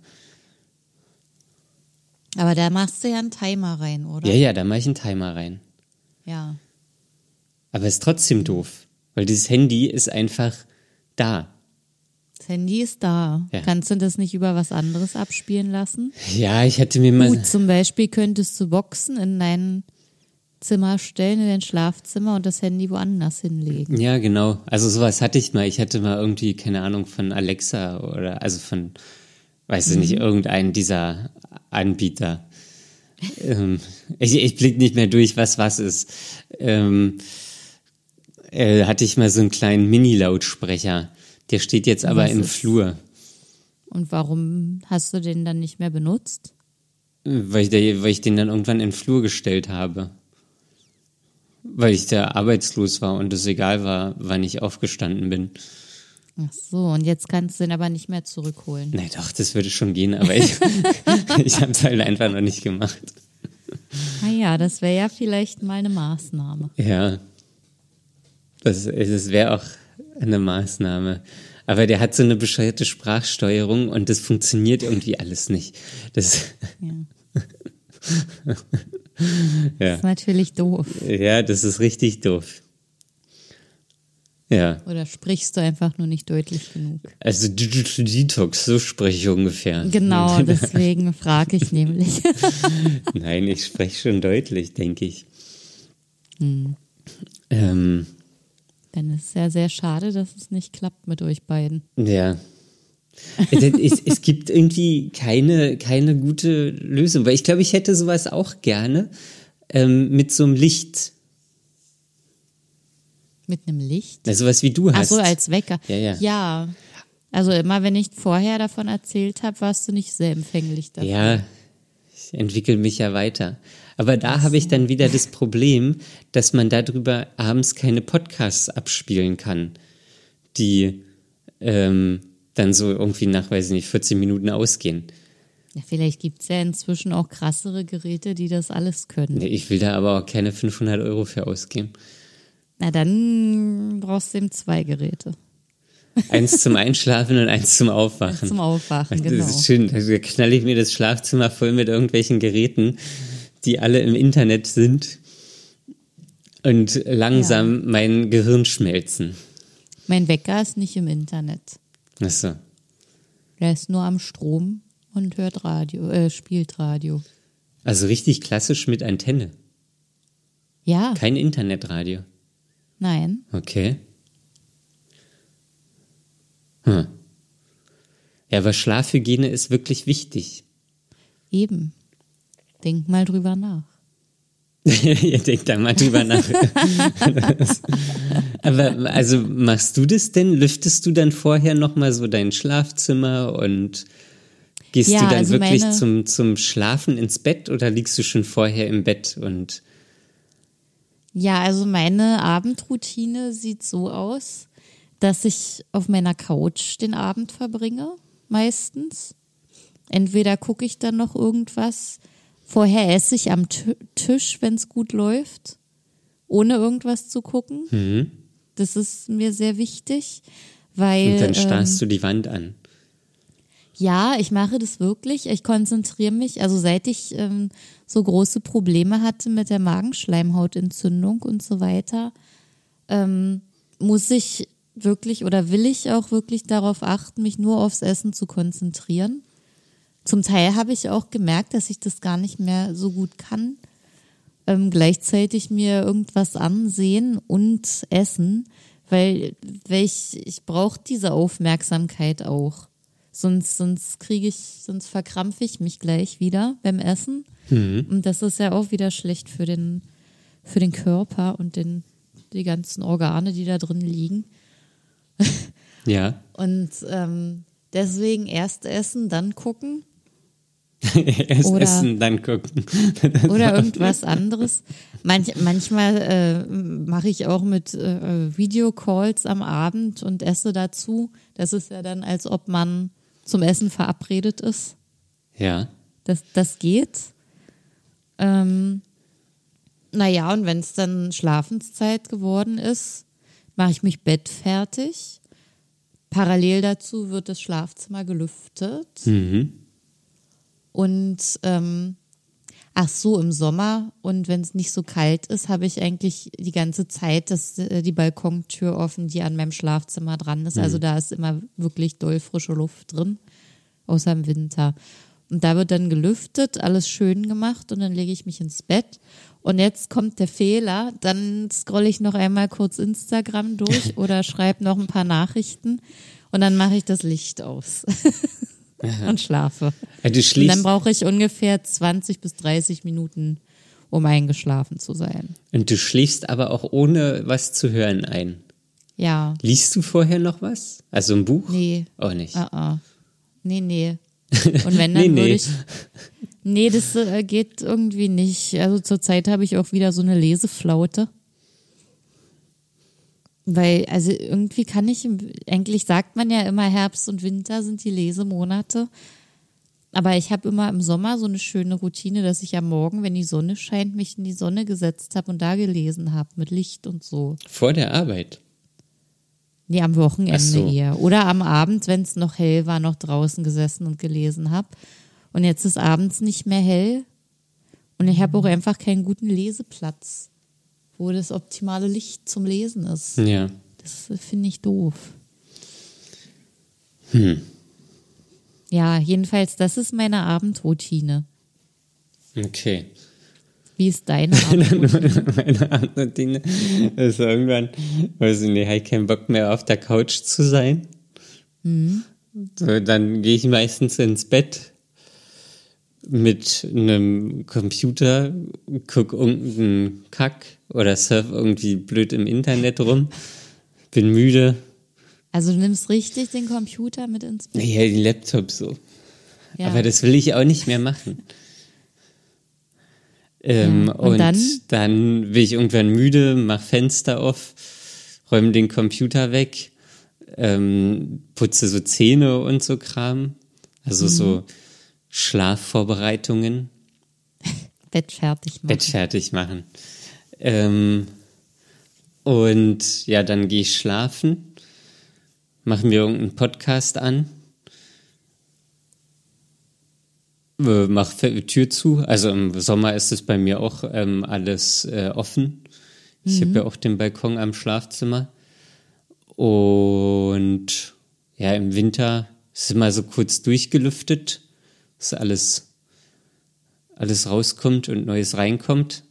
[SPEAKER 2] Aber da machst du ja einen Timer rein, oder?
[SPEAKER 1] Ja, ja, da mache ich einen Timer rein.
[SPEAKER 2] Ja.
[SPEAKER 1] Aber ist trotzdem doof, weil dieses Handy ist einfach da.
[SPEAKER 2] Das Handy ist da.
[SPEAKER 1] Ja.
[SPEAKER 2] Kannst du das nicht über was anderes abspielen lassen?
[SPEAKER 1] Ja, ich hatte mir mal...
[SPEAKER 2] Gut, zum Beispiel könntest du Boxen in dein Zimmer stellen, in dein Schlafzimmer und das Handy woanders hinlegen.
[SPEAKER 1] Ja, genau. Also sowas hatte ich mal. Ich hatte mal irgendwie, keine Ahnung, von Alexa oder also von, weiß ich nicht, irgendeinen dieser Anbieter. ähm, ich ich blick nicht mehr durch, was was ist. Ähm, äh, hatte ich mal so einen kleinen Mini-Lautsprecher. Der steht jetzt aber
[SPEAKER 2] Was
[SPEAKER 1] im
[SPEAKER 2] ist-
[SPEAKER 1] Flur.
[SPEAKER 2] Und warum hast du den dann nicht mehr benutzt?
[SPEAKER 1] Weil ich, der, weil ich den dann irgendwann in den Flur gestellt habe. Weil ich da arbeitslos war und es egal war, wann ich aufgestanden bin.
[SPEAKER 2] Ach so, und jetzt kannst du den aber nicht mehr zurückholen.
[SPEAKER 1] Nee, doch, das würde schon gehen, aber ich, ich habe es halt einfach noch nicht gemacht.
[SPEAKER 2] Naja, das wäre ja vielleicht mal eine Maßnahme.
[SPEAKER 1] Ja, das, das wäre auch eine Maßnahme. Aber der hat so eine bescheuerte Sprachsteuerung und das funktioniert irgendwie alles nicht. Das,
[SPEAKER 2] Ja.
[SPEAKER 1] ja.
[SPEAKER 2] Ist natürlich doof.
[SPEAKER 1] Ja, das ist richtig doof. Ja,
[SPEAKER 2] Oder sprichst du einfach nur nicht deutlich genug?
[SPEAKER 1] also Digital Detox, so spreche ich ungefähr.
[SPEAKER 2] Genau, deswegen frage ich nämlich.
[SPEAKER 1] Nein, ich spreche schon deutlich, denke ich. Ähm,
[SPEAKER 2] Dann ist es ja sehr schade, dass es nicht klappt mit euch beiden.
[SPEAKER 1] ja. es, es gibt irgendwie keine, keine gute Lösung, weil ich glaube, ich hätte sowas auch gerne ähm, mit so einem Licht.
[SPEAKER 2] Mit einem Licht?
[SPEAKER 1] Na, sowas wie du
[SPEAKER 2] Ach
[SPEAKER 1] hast.
[SPEAKER 2] so, als Wecker.
[SPEAKER 1] Ja, ja.
[SPEAKER 2] Ja. Also immer, wenn ich vorher davon erzählt habe, warst du nicht sehr empfänglich dafür.
[SPEAKER 1] Ja, ich entwickle mich ja weiter. Aber da habe ich dann wieder das Problem, dass man darüber abends keine Podcasts abspielen kann, die ähm, dann so irgendwie nach, weiß ich nicht, vierzehn Minuten ausgehen.
[SPEAKER 2] Ja, vielleicht gibt es ja inzwischen auch krassere Geräte, die das alles können.
[SPEAKER 1] Nee, ich will da aber auch keine fünfhundert Euro für ausgeben.
[SPEAKER 2] Na, dann brauchst du eben zwei Geräte.
[SPEAKER 1] Eins zum Einschlafen und eins zum Aufwachen.
[SPEAKER 2] Zum Aufwachen, genau.
[SPEAKER 1] Das ist schön. Da knalle ich mir das Schlafzimmer voll mit irgendwelchen Geräten, die alle im Internet sind und langsam
[SPEAKER 2] Ja.
[SPEAKER 1] mein Gehirn schmelzen.
[SPEAKER 2] Mein Wecker ist nicht im Internet.
[SPEAKER 1] Ach so.
[SPEAKER 2] Der ist nur am Strom und hört Radio, äh, spielt Radio.
[SPEAKER 1] Also richtig klassisch mit Antenne.
[SPEAKER 2] Ja,
[SPEAKER 1] Kein Internetradio.
[SPEAKER 2] nein.
[SPEAKER 1] Okay. Hm. Ja, aber Schlafhygiene ist wirklich wichtig.
[SPEAKER 2] Eben. Denk mal drüber nach.
[SPEAKER 1] Ihr denkt da mal drüber nach. Aber also machst du das denn? Lüftest du dann vorher nochmal so dein Schlafzimmer und gehst
[SPEAKER 2] Ja,
[SPEAKER 1] du dann
[SPEAKER 2] also
[SPEAKER 1] wirklich
[SPEAKER 2] meine-
[SPEAKER 1] zum, zum Schlafen ins Bett oder liegst du schon vorher im Bett und
[SPEAKER 2] Ja, also meine Abendroutine sieht so aus, dass ich auf meiner Couch den Abend verbringe, meistens. Entweder gucke ich dann noch irgendwas. Vorher esse ich am T- Tisch, wenn es gut läuft, ohne irgendwas zu gucken.
[SPEAKER 1] mhm.
[SPEAKER 2] Das ist mir sehr wichtig, weil
[SPEAKER 1] und dann starrst
[SPEAKER 2] ähm,
[SPEAKER 1] du die Wand an.
[SPEAKER 2] ja, ich mache das wirklich. Ich konzentriere mich. Also seit ich ähm, so große Probleme hatte mit der Magenschleimhautentzündung und so weiter, ähm, muss ich wirklich oder will ich auch wirklich darauf achten, mich nur aufs Essen zu konzentrieren. Zum Teil habe ich auch gemerkt, dass ich das gar nicht mehr so gut kann. Ähm, gleichzeitig mir irgendwas ansehen und essen, weil, weil ich, ich brauche diese Aufmerksamkeit auch. Sonst, sonst kriege ich, sonst verkrampfe ich mich gleich wieder beim Essen.
[SPEAKER 1] Mhm.
[SPEAKER 2] Und das ist ja auch wieder schlecht für den, für den Körper und den, die ganzen Organe, die da drin liegen.
[SPEAKER 1] Ja.
[SPEAKER 2] Und ähm, deswegen erst essen, dann gucken.
[SPEAKER 1] Erst
[SPEAKER 2] Oder-
[SPEAKER 1] essen, dann gucken.
[SPEAKER 2] Oder irgendwas anderes. Manch, manchmal äh, mache ich auch mit äh, Videocalls am Abend und esse dazu. Das ist ja dann, als ob man zum Essen verabredet ist.
[SPEAKER 1] Ja.
[SPEAKER 2] Das, das geht. Ähm, naja, und wenn es dann Schlafenszeit geworden ist, mache ich mich bettfertig. Parallel dazu wird das Schlafzimmer gelüftet.
[SPEAKER 1] Mhm.
[SPEAKER 2] Und ähm, ach so, im Sommer und wenn es nicht so kalt ist, habe ich eigentlich die ganze Zeit das, äh, die Balkontür offen, die an meinem Schlafzimmer dran ist. Also da ist immer wirklich doll frische Luft drin, außer im Winter. Und da wird dann gelüftet, alles schön gemacht und dann lege ich mich ins Bett. Und jetzt kommt der Fehler, dann scrolle ich noch einmal kurz Instagram durch oder schreibe noch ein paar Nachrichten und dann mache ich das Licht aus und schlafe.
[SPEAKER 1] Ja, du
[SPEAKER 2] Und
[SPEAKER 1] schläfst,
[SPEAKER 2] dann brauche ich ungefähr zwanzig bis dreißig Minuten, um eingeschlafen zu sein.
[SPEAKER 1] und du schläfst aber auch ohne was zu hören ein.
[SPEAKER 2] Ja,
[SPEAKER 1] Liest du vorher noch was? Also ein Buch?
[SPEAKER 2] nee.
[SPEAKER 1] Auch nicht.
[SPEAKER 2] Ah, ah. Nee, nee. Und wenn, dann
[SPEAKER 1] Nee, nee.
[SPEAKER 2] würde ich. Nee, das äh, geht irgendwie nicht. Also zurzeit habe ich auch wieder so eine Leseflaute. Weil, also irgendwie kann ich, im- eigentlich sagt man ja immer, Herbst und Winter sind die Lesemonate. Aber ich habe immer im Sommer so eine schöne Routine, dass ich am Morgen, wenn die Sonne scheint, mich in die Sonne gesetzt habe und da gelesen habe mit Licht und so.
[SPEAKER 1] Vor der Arbeit.
[SPEAKER 2] Nee, am Wochenende
[SPEAKER 1] Ach so.
[SPEAKER 2] eher. Oder am Abend, wenn es noch hell war, noch draußen gesessen und gelesen habe. Und jetzt ist abends nicht mehr hell. Und ich habe auch einfach keinen guten Leseplatz, wo das optimale Licht zum Lesen ist.
[SPEAKER 1] Ja.
[SPEAKER 2] Das finde ich doof. Hm. Ja, jedenfalls, das ist meine Abendroutine.
[SPEAKER 1] Okay.
[SPEAKER 2] Wie ist deine Abendroutine?
[SPEAKER 1] Meine Abendroutine ist irgendwann, weiß ich nicht, habe ich keinen Bock mehr auf der Couch zu sein.
[SPEAKER 2] Mhm.
[SPEAKER 1] So, dann gehe ich meistens ins Bett mit einem Computer, guck irgendeinen Kack oder surf irgendwie blöd im Internet rum, bin müde.
[SPEAKER 2] Also du nimmst richtig den Computer mit ins Bett?
[SPEAKER 1] Ja, den Laptop so.
[SPEAKER 2] Ja.
[SPEAKER 1] Aber das will ich auch nicht mehr machen. Ähm,
[SPEAKER 2] Ja, und
[SPEAKER 1] und
[SPEAKER 2] dann?
[SPEAKER 1] dann? bin ich irgendwann müde, mach Fenster auf, räume den Computer weg, ähm, putze so Zähne und so Kram. Also
[SPEAKER 2] Mhm.
[SPEAKER 1] so Schlafvorbereitungen,
[SPEAKER 2] Bett fertig machen.
[SPEAKER 1] Bett fertig machen. Ähm, und ja, dann gehe ich schlafen, mache mir irgendeinen Podcast an, äh, mach Fe- Tür zu. Also im Sommer ist es bei mir auch ähm, alles äh, offen. Ich habe ja auch den Balkon am Schlafzimmer. Und ja, im Winter ist es immer so kurz durchgelüftet, dass alles, alles rauskommt und Neues reinkommt.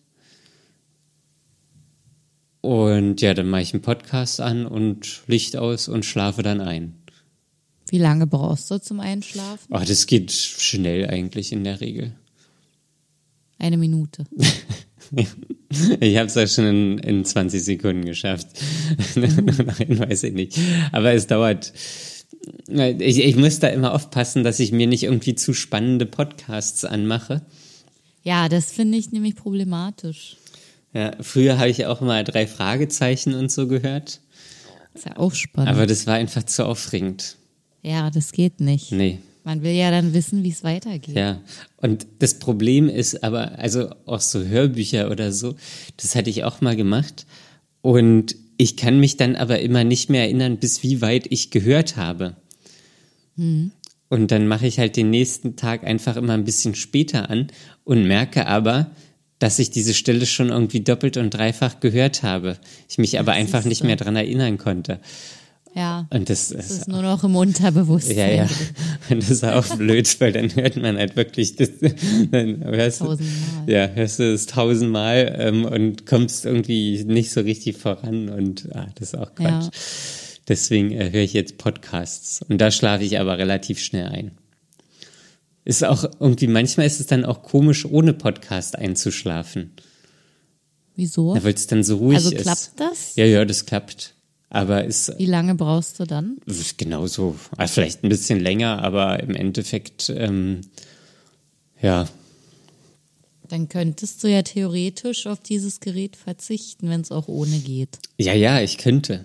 [SPEAKER 1] Und ja, dann mache ich einen Podcast an und Licht aus und schlafe dann ein.
[SPEAKER 2] Wie lange brauchst du zum Einschlafen?
[SPEAKER 1] Ach, das geht schnell eigentlich in der Regel.
[SPEAKER 2] Eine Minute.
[SPEAKER 1] Ich habe es ja schon in, in zwanzig Sekunden geschafft. Nein, weiß ich nicht. Aber es dauert. Ich, ich muss da immer aufpassen, dass ich mir nicht irgendwie zu spannende Podcasts anmache.
[SPEAKER 2] Ja, das finde ich nämlich problematisch.
[SPEAKER 1] Ja, früher habe ich auch mal drei Fragezeichen und so gehört.
[SPEAKER 2] Ist ja auch spannend.
[SPEAKER 1] Aber das war einfach zu aufregend.
[SPEAKER 2] Ja, das geht nicht.
[SPEAKER 1] Nee.
[SPEAKER 2] Man will ja dann wissen, wie es weitergeht.
[SPEAKER 1] Ja, und das Problem ist aber, also auch so Hörbücher oder so, das hatte ich auch mal gemacht. Und ich kann mich dann aber immer nicht mehr erinnern, bis wie weit ich gehört habe.
[SPEAKER 2] Hm.
[SPEAKER 1] Und dann mache ich halt den nächsten Tag einfach immer ein bisschen später an und merke aber, dass ich diese Stelle schon irgendwie doppelt und dreifach gehört habe. Ich mich aber
[SPEAKER 2] Ach,
[SPEAKER 1] einfach nicht
[SPEAKER 2] siehste.
[SPEAKER 1] mehr dran erinnern konnte.
[SPEAKER 2] Ja,
[SPEAKER 1] Und das,
[SPEAKER 2] das
[SPEAKER 1] ist
[SPEAKER 2] ist nur noch im Unterbewusstsein.
[SPEAKER 1] ja, ja. Und das ist auch blöd, weil dann hört man halt wirklich das, dann hörst du,
[SPEAKER 2] Tausendmal.
[SPEAKER 1] ja, hörst du es tausendmal ähm, und kommst irgendwie nicht so richtig voran und ah, das ist auch Quatsch.
[SPEAKER 2] Ja.
[SPEAKER 1] Deswegen äh, höre ich jetzt Podcasts und da schlafe ich aber relativ schnell ein. Ist auch irgendwie, manchmal ist es dann auch komisch, ohne Podcast einzuschlafen.
[SPEAKER 2] Wieso?
[SPEAKER 1] Weil es dann so ruhig
[SPEAKER 2] Also
[SPEAKER 1] ist.
[SPEAKER 2] klappt das?
[SPEAKER 1] Ja, ja, das klappt. Aber ist
[SPEAKER 2] Wie lange brauchst du dann?
[SPEAKER 1] ist genauso, also vielleicht ein bisschen länger, aber im Endeffekt, ähm, ja,
[SPEAKER 2] Dann könntest du ja theoretisch auf dieses Gerät verzichten, wenn es auch ohne geht.
[SPEAKER 1] ja, ja, ich könnte.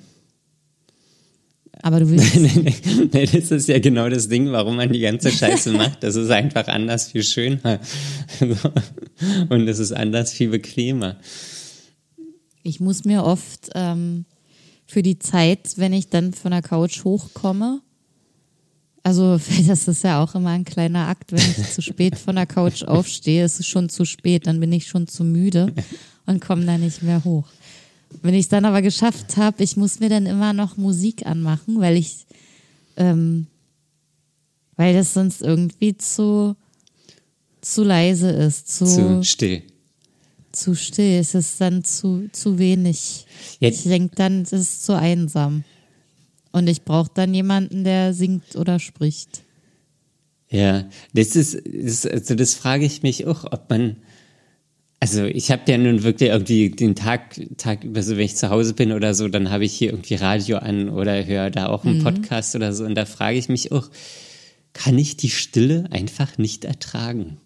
[SPEAKER 2] Aber du willst.
[SPEAKER 1] nee, nee, nee, das ist ja genau das Ding, warum man die ganze Scheiße macht. Das ist einfach anders viel schöner. Und es ist anders viel bequemer.
[SPEAKER 2] Ich muss mir oft ähm, für die Zeit, wenn ich dann von der Couch hochkomme, also das ist ja auch immer ein kleiner Akt, wenn ich zu spät von der Couch aufstehe, ist es schon zu spät, dann bin ich schon zu müde und komme da nicht mehr hoch. Wenn ich es dann aber geschafft habe, ich muss mir dann immer noch Musik anmachen, weil ich, ähm, weil das sonst irgendwie zu, zu leise ist, zu,
[SPEAKER 1] Zu still.
[SPEAKER 2] zu still. Es ist dann zu, zu wenig.
[SPEAKER 1] Jetzt-
[SPEAKER 2] Ich denke dann, es ist zu einsam. Und ich brauche dann jemanden, der singt oder spricht.
[SPEAKER 1] Ja, das ist, das, also das frage ich mich auch, ob man, also ich habe ja nun wirklich irgendwie den Tag, Tag über so, wenn ich zu Hause bin oder so, dann habe ich hier irgendwie Radio an oder höre da auch einen Podcast oder so und da frage ich mich auch, kann ich die Stille einfach nicht ertragen?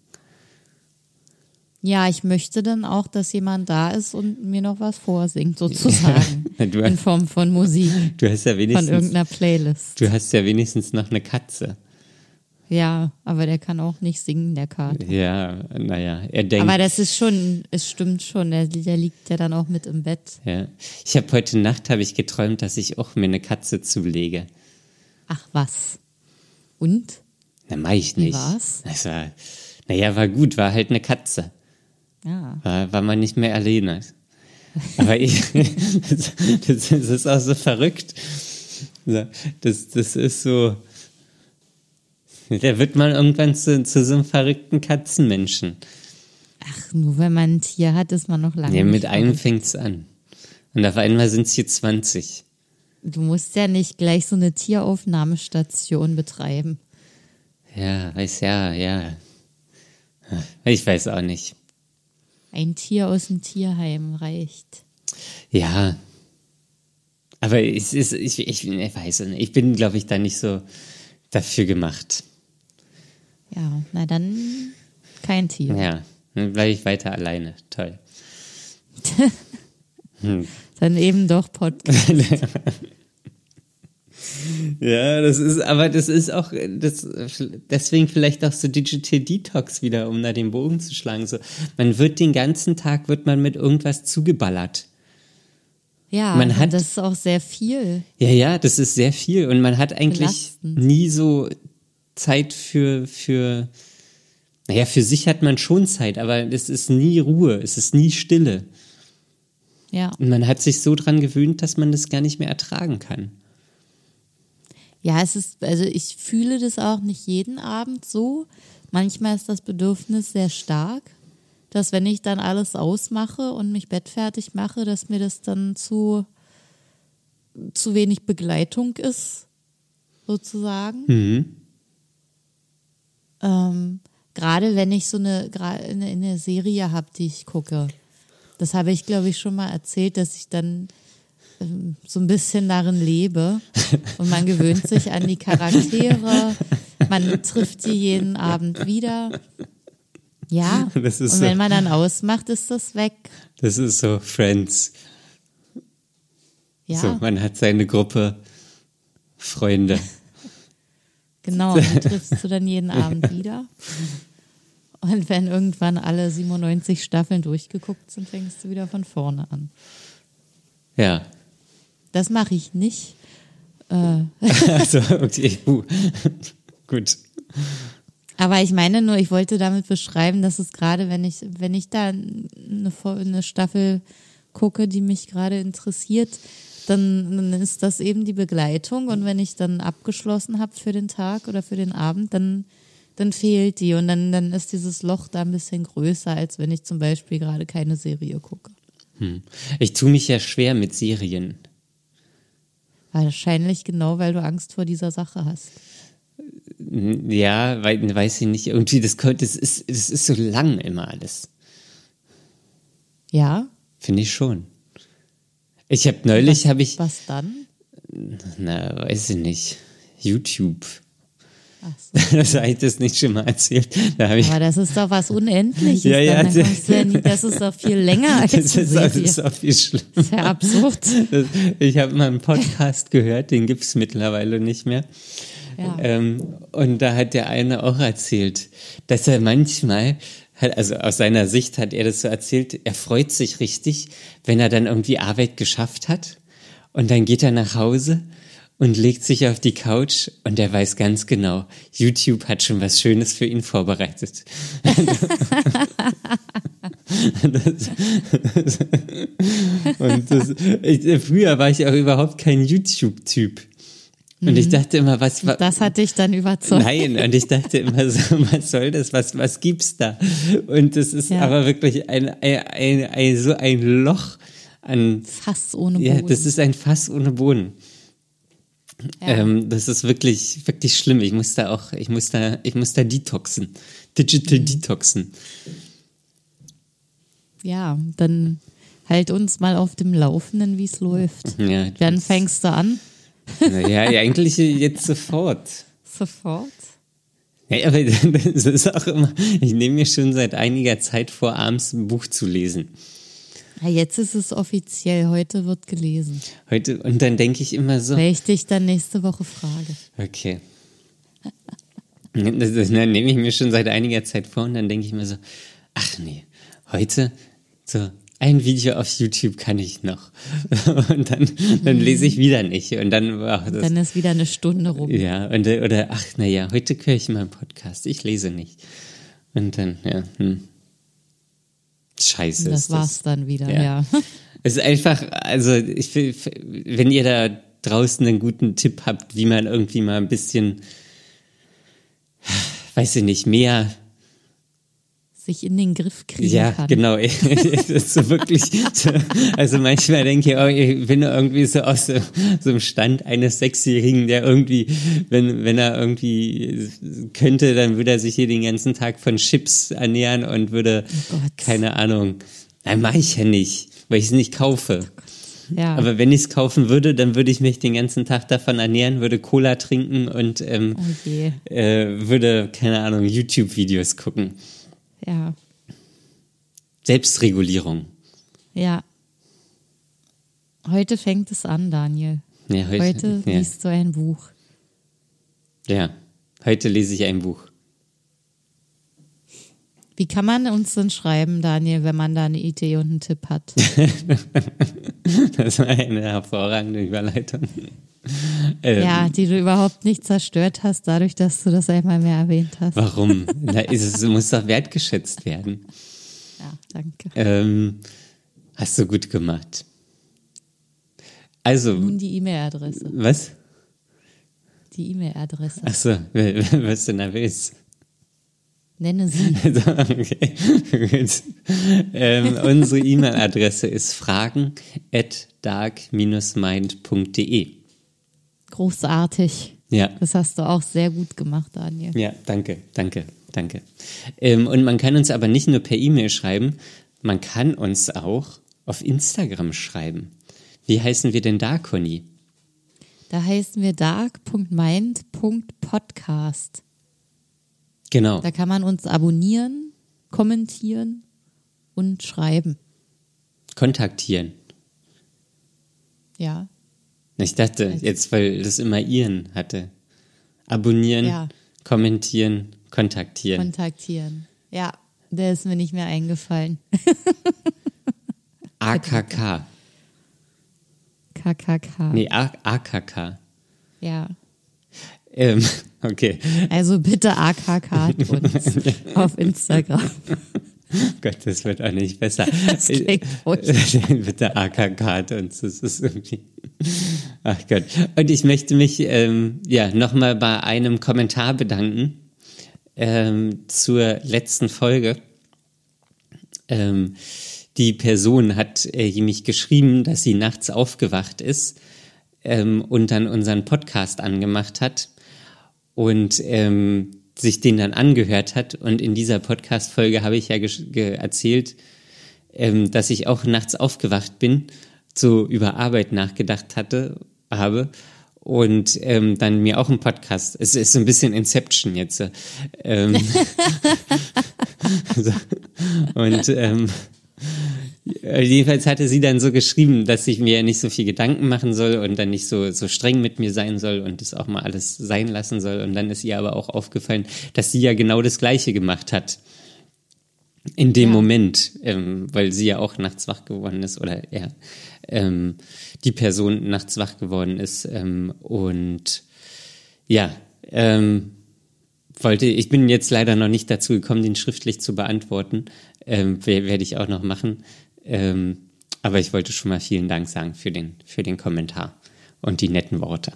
[SPEAKER 2] Ja, ich möchte dann auch, dass jemand da ist und mir noch was vorsingt, sozusagen.
[SPEAKER 1] Du,
[SPEAKER 2] In Form von Musik,
[SPEAKER 1] du hast ja
[SPEAKER 2] von
[SPEAKER 1] wenigstens,
[SPEAKER 2] irgendeiner Playlist.
[SPEAKER 1] du hast ja wenigstens noch eine Katze.
[SPEAKER 2] Ja, aber der kann auch nicht singen, der Kater.
[SPEAKER 1] Ja, naja, er denkt.
[SPEAKER 2] Aber das ist schon, es stimmt schon, der, der liegt ja dann auch mit im Bett.
[SPEAKER 1] Ja. Ich habe heute Nacht habe ich geträumt, dass ich auch mir eine Katze zulege.
[SPEAKER 2] Ach was. Und?
[SPEAKER 1] Na, mach ich
[SPEAKER 2] Wie
[SPEAKER 1] nicht.
[SPEAKER 2] war's?
[SPEAKER 1] Das war, naja, war gut, war halt eine Katze.
[SPEAKER 2] Ja.
[SPEAKER 1] War, war man nicht mehr alleine. Aber ich, das, das, das ist auch so verrückt. Das, das ist so, da wird man irgendwann zu, zu so einem verrückten Katzenmenschen.
[SPEAKER 2] Ach, nur wenn man ein Tier hat, ist man noch lange
[SPEAKER 1] Ja, mit
[SPEAKER 2] nicht
[SPEAKER 1] einem
[SPEAKER 2] verrückt.
[SPEAKER 1] fängt's an. Und auf einmal sind es hier zwanzig.
[SPEAKER 2] Du musst ja nicht gleich so eine Tieraufnahmestation betreiben.
[SPEAKER 1] Ja, weiß ja, ja. Ich weiß auch nicht.
[SPEAKER 2] Ein Tier aus dem Tierheim reicht.
[SPEAKER 1] Ja. Aber es ist, ich, ich, ich weiß nicht. Ich bin, glaube ich, da nicht so dafür gemacht.
[SPEAKER 2] Ja, na dann kein Tier.
[SPEAKER 1] Ja, dann bleibe ich weiter alleine. Toll.
[SPEAKER 2] Dann eben doch Podcast.
[SPEAKER 1] Ja, das ist, aber das ist auch, das, deswegen vielleicht auch so Digital Detox wieder, um da den Bogen zu schlagen. So, man wird den ganzen Tag, wird man mit irgendwas zugeballert.
[SPEAKER 2] Ja,
[SPEAKER 1] Man
[SPEAKER 2] und
[SPEAKER 1] hat-
[SPEAKER 2] das ist auch sehr viel.
[SPEAKER 1] Ja, ja, das ist sehr viel und man hat eigentlich
[SPEAKER 2] Belastend.
[SPEAKER 1] nie so Zeit für, für, naja, für sich hat man schon Zeit, aber es ist nie Ruhe, es ist nie Stille.
[SPEAKER 2] Ja.
[SPEAKER 1] Und man hat sich so dran gewöhnt, dass man das gar nicht mehr ertragen kann.
[SPEAKER 2] Ja, es ist, also ich fühle das auch nicht jeden Abend so. Manchmal ist das Bedürfnis sehr stark, dass wenn ich dann alles ausmache und mich bettfertig mache, dass mir das dann zu, zu wenig Begleitung ist, sozusagen.
[SPEAKER 1] Mhm.
[SPEAKER 2] Ähm, gerade wenn ich so eine, gerade eine, eine Serie habe, die ich gucke Das habe ich, glaube ich, schon mal erzählt, dass ich dann ähm, so ein bisschen darin lebe und man gewöhnt sich an die Charaktere, man trifft die jeden Abend wieder. Ja,
[SPEAKER 1] Das ist
[SPEAKER 2] und wenn
[SPEAKER 1] so,
[SPEAKER 2] man dann ausmacht, ist das weg.
[SPEAKER 1] das ist so Friends.
[SPEAKER 2] Ja,
[SPEAKER 1] So, man hat seine Gruppe Freunde.
[SPEAKER 2] genau, und die triffst du dann jeden Abend wieder. Und wenn irgendwann alle siebenundneunzig Staffeln durchgeguckt sind, fängst du wieder von vorne an.
[SPEAKER 1] Ja.
[SPEAKER 2] Das mache ich nicht. Äh,
[SPEAKER 1] Also, okay. Uh. Gut.
[SPEAKER 2] aber ich meine nur, ich wollte damit beschreiben, dass es gerade, wenn ich, wenn ich da eine, Fo- eine Staffel gucke, die mich gerade interessiert, dann, dann ist das eben die Begleitung. Und wenn ich dann abgeschlossen habe für den Tag oder für den Abend, dann, dann fehlt die. Und dann, dann ist dieses Loch da ein bisschen größer, als wenn ich zum Beispiel gerade keine Serie gucke.
[SPEAKER 1] Hm. Ich tue mich ja schwer mit Serien.
[SPEAKER 2] Wahrscheinlich genau, weil du Angst vor dieser Sache hast.
[SPEAKER 1] Ja, weil, weiß ich nicht, irgendwie, das, könnte- das, ist, das ist so lang immer alles.
[SPEAKER 2] Ja?
[SPEAKER 1] Finde ich schon. Ich habe neulich,
[SPEAKER 2] was,
[SPEAKER 1] habe ich,
[SPEAKER 2] Was dann?
[SPEAKER 1] na, weiß ich nicht, YouTube.
[SPEAKER 2] Ach so.
[SPEAKER 1] Das habe ich das nicht schon mal erzählt. Da habe ich,
[SPEAKER 2] Aber das ist doch was Unendliches.
[SPEAKER 1] Ja, ja,
[SPEAKER 2] dann. Dann kommst du ja nie, das ist doch viel länger als
[SPEAKER 1] das
[SPEAKER 2] eine
[SPEAKER 1] ist, auch, das
[SPEAKER 2] Serie.
[SPEAKER 1] ist auch viel schlimmer.
[SPEAKER 2] Das ist ja absurd.
[SPEAKER 1] Das, ich habe mal einen Podcast gehört, den gibt es mittlerweile nicht mehr.
[SPEAKER 2] Ja.
[SPEAKER 1] Ähm, und da hat der eine auch erzählt, dass er manchmal, hat, also aus seiner Sicht hat er das so erzählt, er freut sich richtig, wenn er dann irgendwie Arbeit geschafft hat und dann geht er nach Hause und legt sich auf die Couch und er weiß ganz genau, YouTube hat schon was Schönes für ihn vorbereitet. das, und das, ich, früher war ich auch überhaupt kein YouTube-Typ. Und ich dachte immer, was war.
[SPEAKER 2] Das hat dich dann überzeugt.
[SPEAKER 1] Nein, und ich dachte immer so, was soll das? Was, was gibt's da? Und das ist
[SPEAKER 2] Ja.
[SPEAKER 1] aber wirklich ein, ein, ein, ein, so ein Loch an.
[SPEAKER 2] Fass ohne Boden.
[SPEAKER 1] Ja, das ist ein Fass ohne Boden.
[SPEAKER 2] Ja.
[SPEAKER 1] Ähm, das ist wirklich, wirklich schlimm. Ich muss da auch, ich muss da, ich muss da detoxen. Digital
[SPEAKER 2] Mhm.
[SPEAKER 1] detoxen.
[SPEAKER 2] Ja, dann halt uns mal auf dem Laufenden, wie es läuft.
[SPEAKER 1] Ja,
[SPEAKER 2] Dann fängst du an.
[SPEAKER 1] naja, eigentlich jetzt sofort.
[SPEAKER 2] Sofort.
[SPEAKER 1] Ja, aber das ist auch immer, ich nehme mir schon seit einiger Zeit vor, abends ein Buch zu lesen.
[SPEAKER 2] Ja, jetzt ist es offiziell. Heute wird gelesen.
[SPEAKER 1] Heute, und dann denke ich immer so,
[SPEAKER 2] Weil ich dich dann nächste Woche frage.
[SPEAKER 1] okay. Das, das nehme ich mir schon seit einiger Zeit vor und dann denke ich mir so, ach nee, heute so ein Video auf YouTube kann ich noch. Und dann, dann lese ich wieder nicht. Und dann, ach, das,
[SPEAKER 2] Dann ist wieder eine Stunde rum.
[SPEAKER 1] ja, und, oder ach naja, heute höre ich mal einen Podcast, ich lese nicht. Und dann, ja, hm. Scheiße
[SPEAKER 2] Das
[SPEAKER 1] ist
[SPEAKER 2] war's
[SPEAKER 1] das.
[SPEAKER 2] dann wieder,
[SPEAKER 1] Ja.
[SPEAKER 2] ja.
[SPEAKER 1] Es ist einfach, also ich will, wenn ihr da draußen einen guten Tipp habt, wie man irgendwie mal ein bisschen, weiß ich nicht, mehr,
[SPEAKER 2] Sich in den Griff kriegen
[SPEAKER 1] ja,
[SPEAKER 2] kann.
[SPEAKER 1] genau, das ist so wirklich, so, also manchmal denke ich, oh, ich bin irgendwie so aus so, so einem Stand eines Sechsjährigen, der irgendwie, wenn, wenn er irgendwie könnte, dann würde er sich hier den ganzen Tag von Chips ernähren und würde,
[SPEAKER 2] Oh Gott.
[SPEAKER 1] keine Ahnung, nein, mache ich ja nicht, weil ich es nicht kaufe.
[SPEAKER 2] Ja.
[SPEAKER 1] Aber wenn ich es kaufen würde, dann würde ich mich den ganzen Tag davon ernähren, würde Cola trinken und ähm,
[SPEAKER 2] Oh je.
[SPEAKER 1] äh, würde, keine Ahnung, YouTube-Videos gucken.
[SPEAKER 2] Ja.
[SPEAKER 1] Selbstregulierung.
[SPEAKER 2] Ja. Heute fängt es an, Daniel.
[SPEAKER 1] Ja, heute,
[SPEAKER 2] Heute
[SPEAKER 1] ja.
[SPEAKER 2] liest du ein Buch.
[SPEAKER 1] ja, heute lese ich ein Buch.
[SPEAKER 2] Wie kann man uns denn schreiben, Daniel, wenn man da eine Idee und einen Tipp hat?
[SPEAKER 1] Das war eine hervorragende Überleitung. Ähm,
[SPEAKER 2] Ja, die du überhaupt nicht zerstört hast, dadurch, dass du das einmal mehr erwähnt hast.
[SPEAKER 1] Warum? Na, ist es muss doch wertgeschätzt werden.
[SPEAKER 2] Ja, danke.
[SPEAKER 1] Ähm, hast du gut gemacht. Also,
[SPEAKER 2] Nun die E-Mail-Adresse.
[SPEAKER 1] was?
[SPEAKER 2] Die E-Mail-Adresse.
[SPEAKER 1] Achso, wirst du nervös?
[SPEAKER 2] Nenne sie.
[SPEAKER 1] Also, okay, gut. Ähm, unsere E-Mail-Adresse ist fragen at dark dash mind punkt de.
[SPEAKER 2] Großartig.
[SPEAKER 1] Ja.
[SPEAKER 2] Das hast du auch sehr gut gemacht, Daniel.
[SPEAKER 1] Ja, danke, danke, danke. Ähm, und man kann uns aber nicht nur per E-Mail schreiben, man kann uns auch auf Instagram schreiben. Wie heißen wir denn da, Conny?
[SPEAKER 2] Da heißen wir dark Punkt mind Punkt podcast.
[SPEAKER 1] Genau.
[SPEAKER 2] Da kann man uns abonnieren, kommentieren und schreiben.
[SPEAKER 1] Kontaktieren.
[SPEAKER 2] Ja.
[SPEAKER 1] Ich dachte, jetzt, weil das immer ihren hatte. Abonnieren,
[SPEAKER 2] Ja.
[SPEAKER 1] kommentieren, kontaktieren.
[SPEAKER 2] Kontaktieren. Ja, der ist mir nicht mehr eingefallen.
[SPEAKER 1] A K K.
[SPEAKER 2] K K K.
[SPEAKER 1] Nee, A- AKK.
[SPEAKER 2] Ja.
[SPEAKER 1] Ähm, okay.
[SPEAKER 2] Also bitte A K K uns auf Instagram.
[SPEAKER 1] Gott, das wird auch nicht besser.
[SPEAKER 2] Das klingt furchtbar.
[SPEAKER 1] Bitte A K K uns. Das ist irgendwie. Ach Gott. Und ich möchte mich ähm, ja nochmal bei einem Kommentar bedanken ähm, zur letzten Folge. Ähm, die Person hat äh, mich geschrieben, dass sie nachts aufgewacht ist ähm, und dann unseren Podcast angemacht hat und ähm, sich den dann angehört hat. Und in dieser Podcast-Folge habe ich ja gesch- ge- erzählt, ähm, dass ich auch nachts aufgewacht bin, so über Arbeit nachgedacht hatte, habe und ähm, dann mir auch ein Podcast, es ist so ein bisschen Inception jetzt, ähm, so, und ähm, jedenfalls hatte sie dann so geschrieben, dass ich mir nicht so viel Gedanken machen soll und dann nicht so, so streng mit mir sein soll und das auch mal alles sein lassen soll. Und dann ist ihr aber auch aufgefallen, dass sie ja genau das Gleiche gemacht hat. In dem
[SPEAKER 2] Ja.
[SPEAKER 1] Moment, ähm, weil sie ja auch nachts wach geworden ist oder ja, ähm, die Person nachts wach geworden ist. Ähm, und ja, ähm, wollte, ich bin jetzt leider noch nicht dazu gekommen, den schriftlich zu beantworten. Ähm, werde ich auch noch machen. Ähm, aber ich wollte schon mal vielen Dank sagen für den, für den Kommentar und die netten Worte.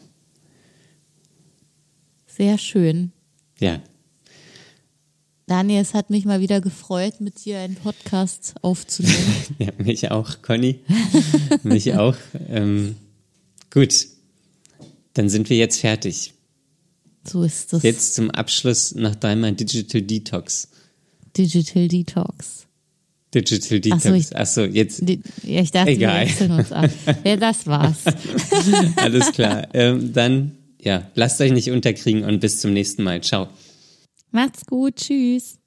[SPEAKER 2] Sehr schön.
[SPEAKER 1] Ja.
[SPEAKER 2] Daniel, es hat mich mal wieder gefreut, mit dir einen Podcast aufzunehmen.
[SPEAKER 1] Ja, mich auch, Conny. Mich auch. Ähm, gut, dann sind wir jetzt fertig.
[SPEAKER 2] So ist das.
[SPEAKER 1] Jetzt zum Abschluss noch dreimal Digital Detox.
[SPEAKER 2] Digital Detox.
[SPEAKER 1] Digital Detox.
[SPEAKER 2] Ach so, ich-
[SPEAKER 1] Ach so, jetzt.
[SPEAKER 2] Die, ja, ich dachte,
[SPEAKER 1] Egal.
[SPEAKER 2] wir wechseln uns ab. Ja, das war's.
[SPEAKER 1] Alles klar. ähm, dann, ja, lasst euch nicht unterkriegen und bis zum nächsten Mal. Ciao.
[SPEAKER 2] Macht's gut. Tschüss.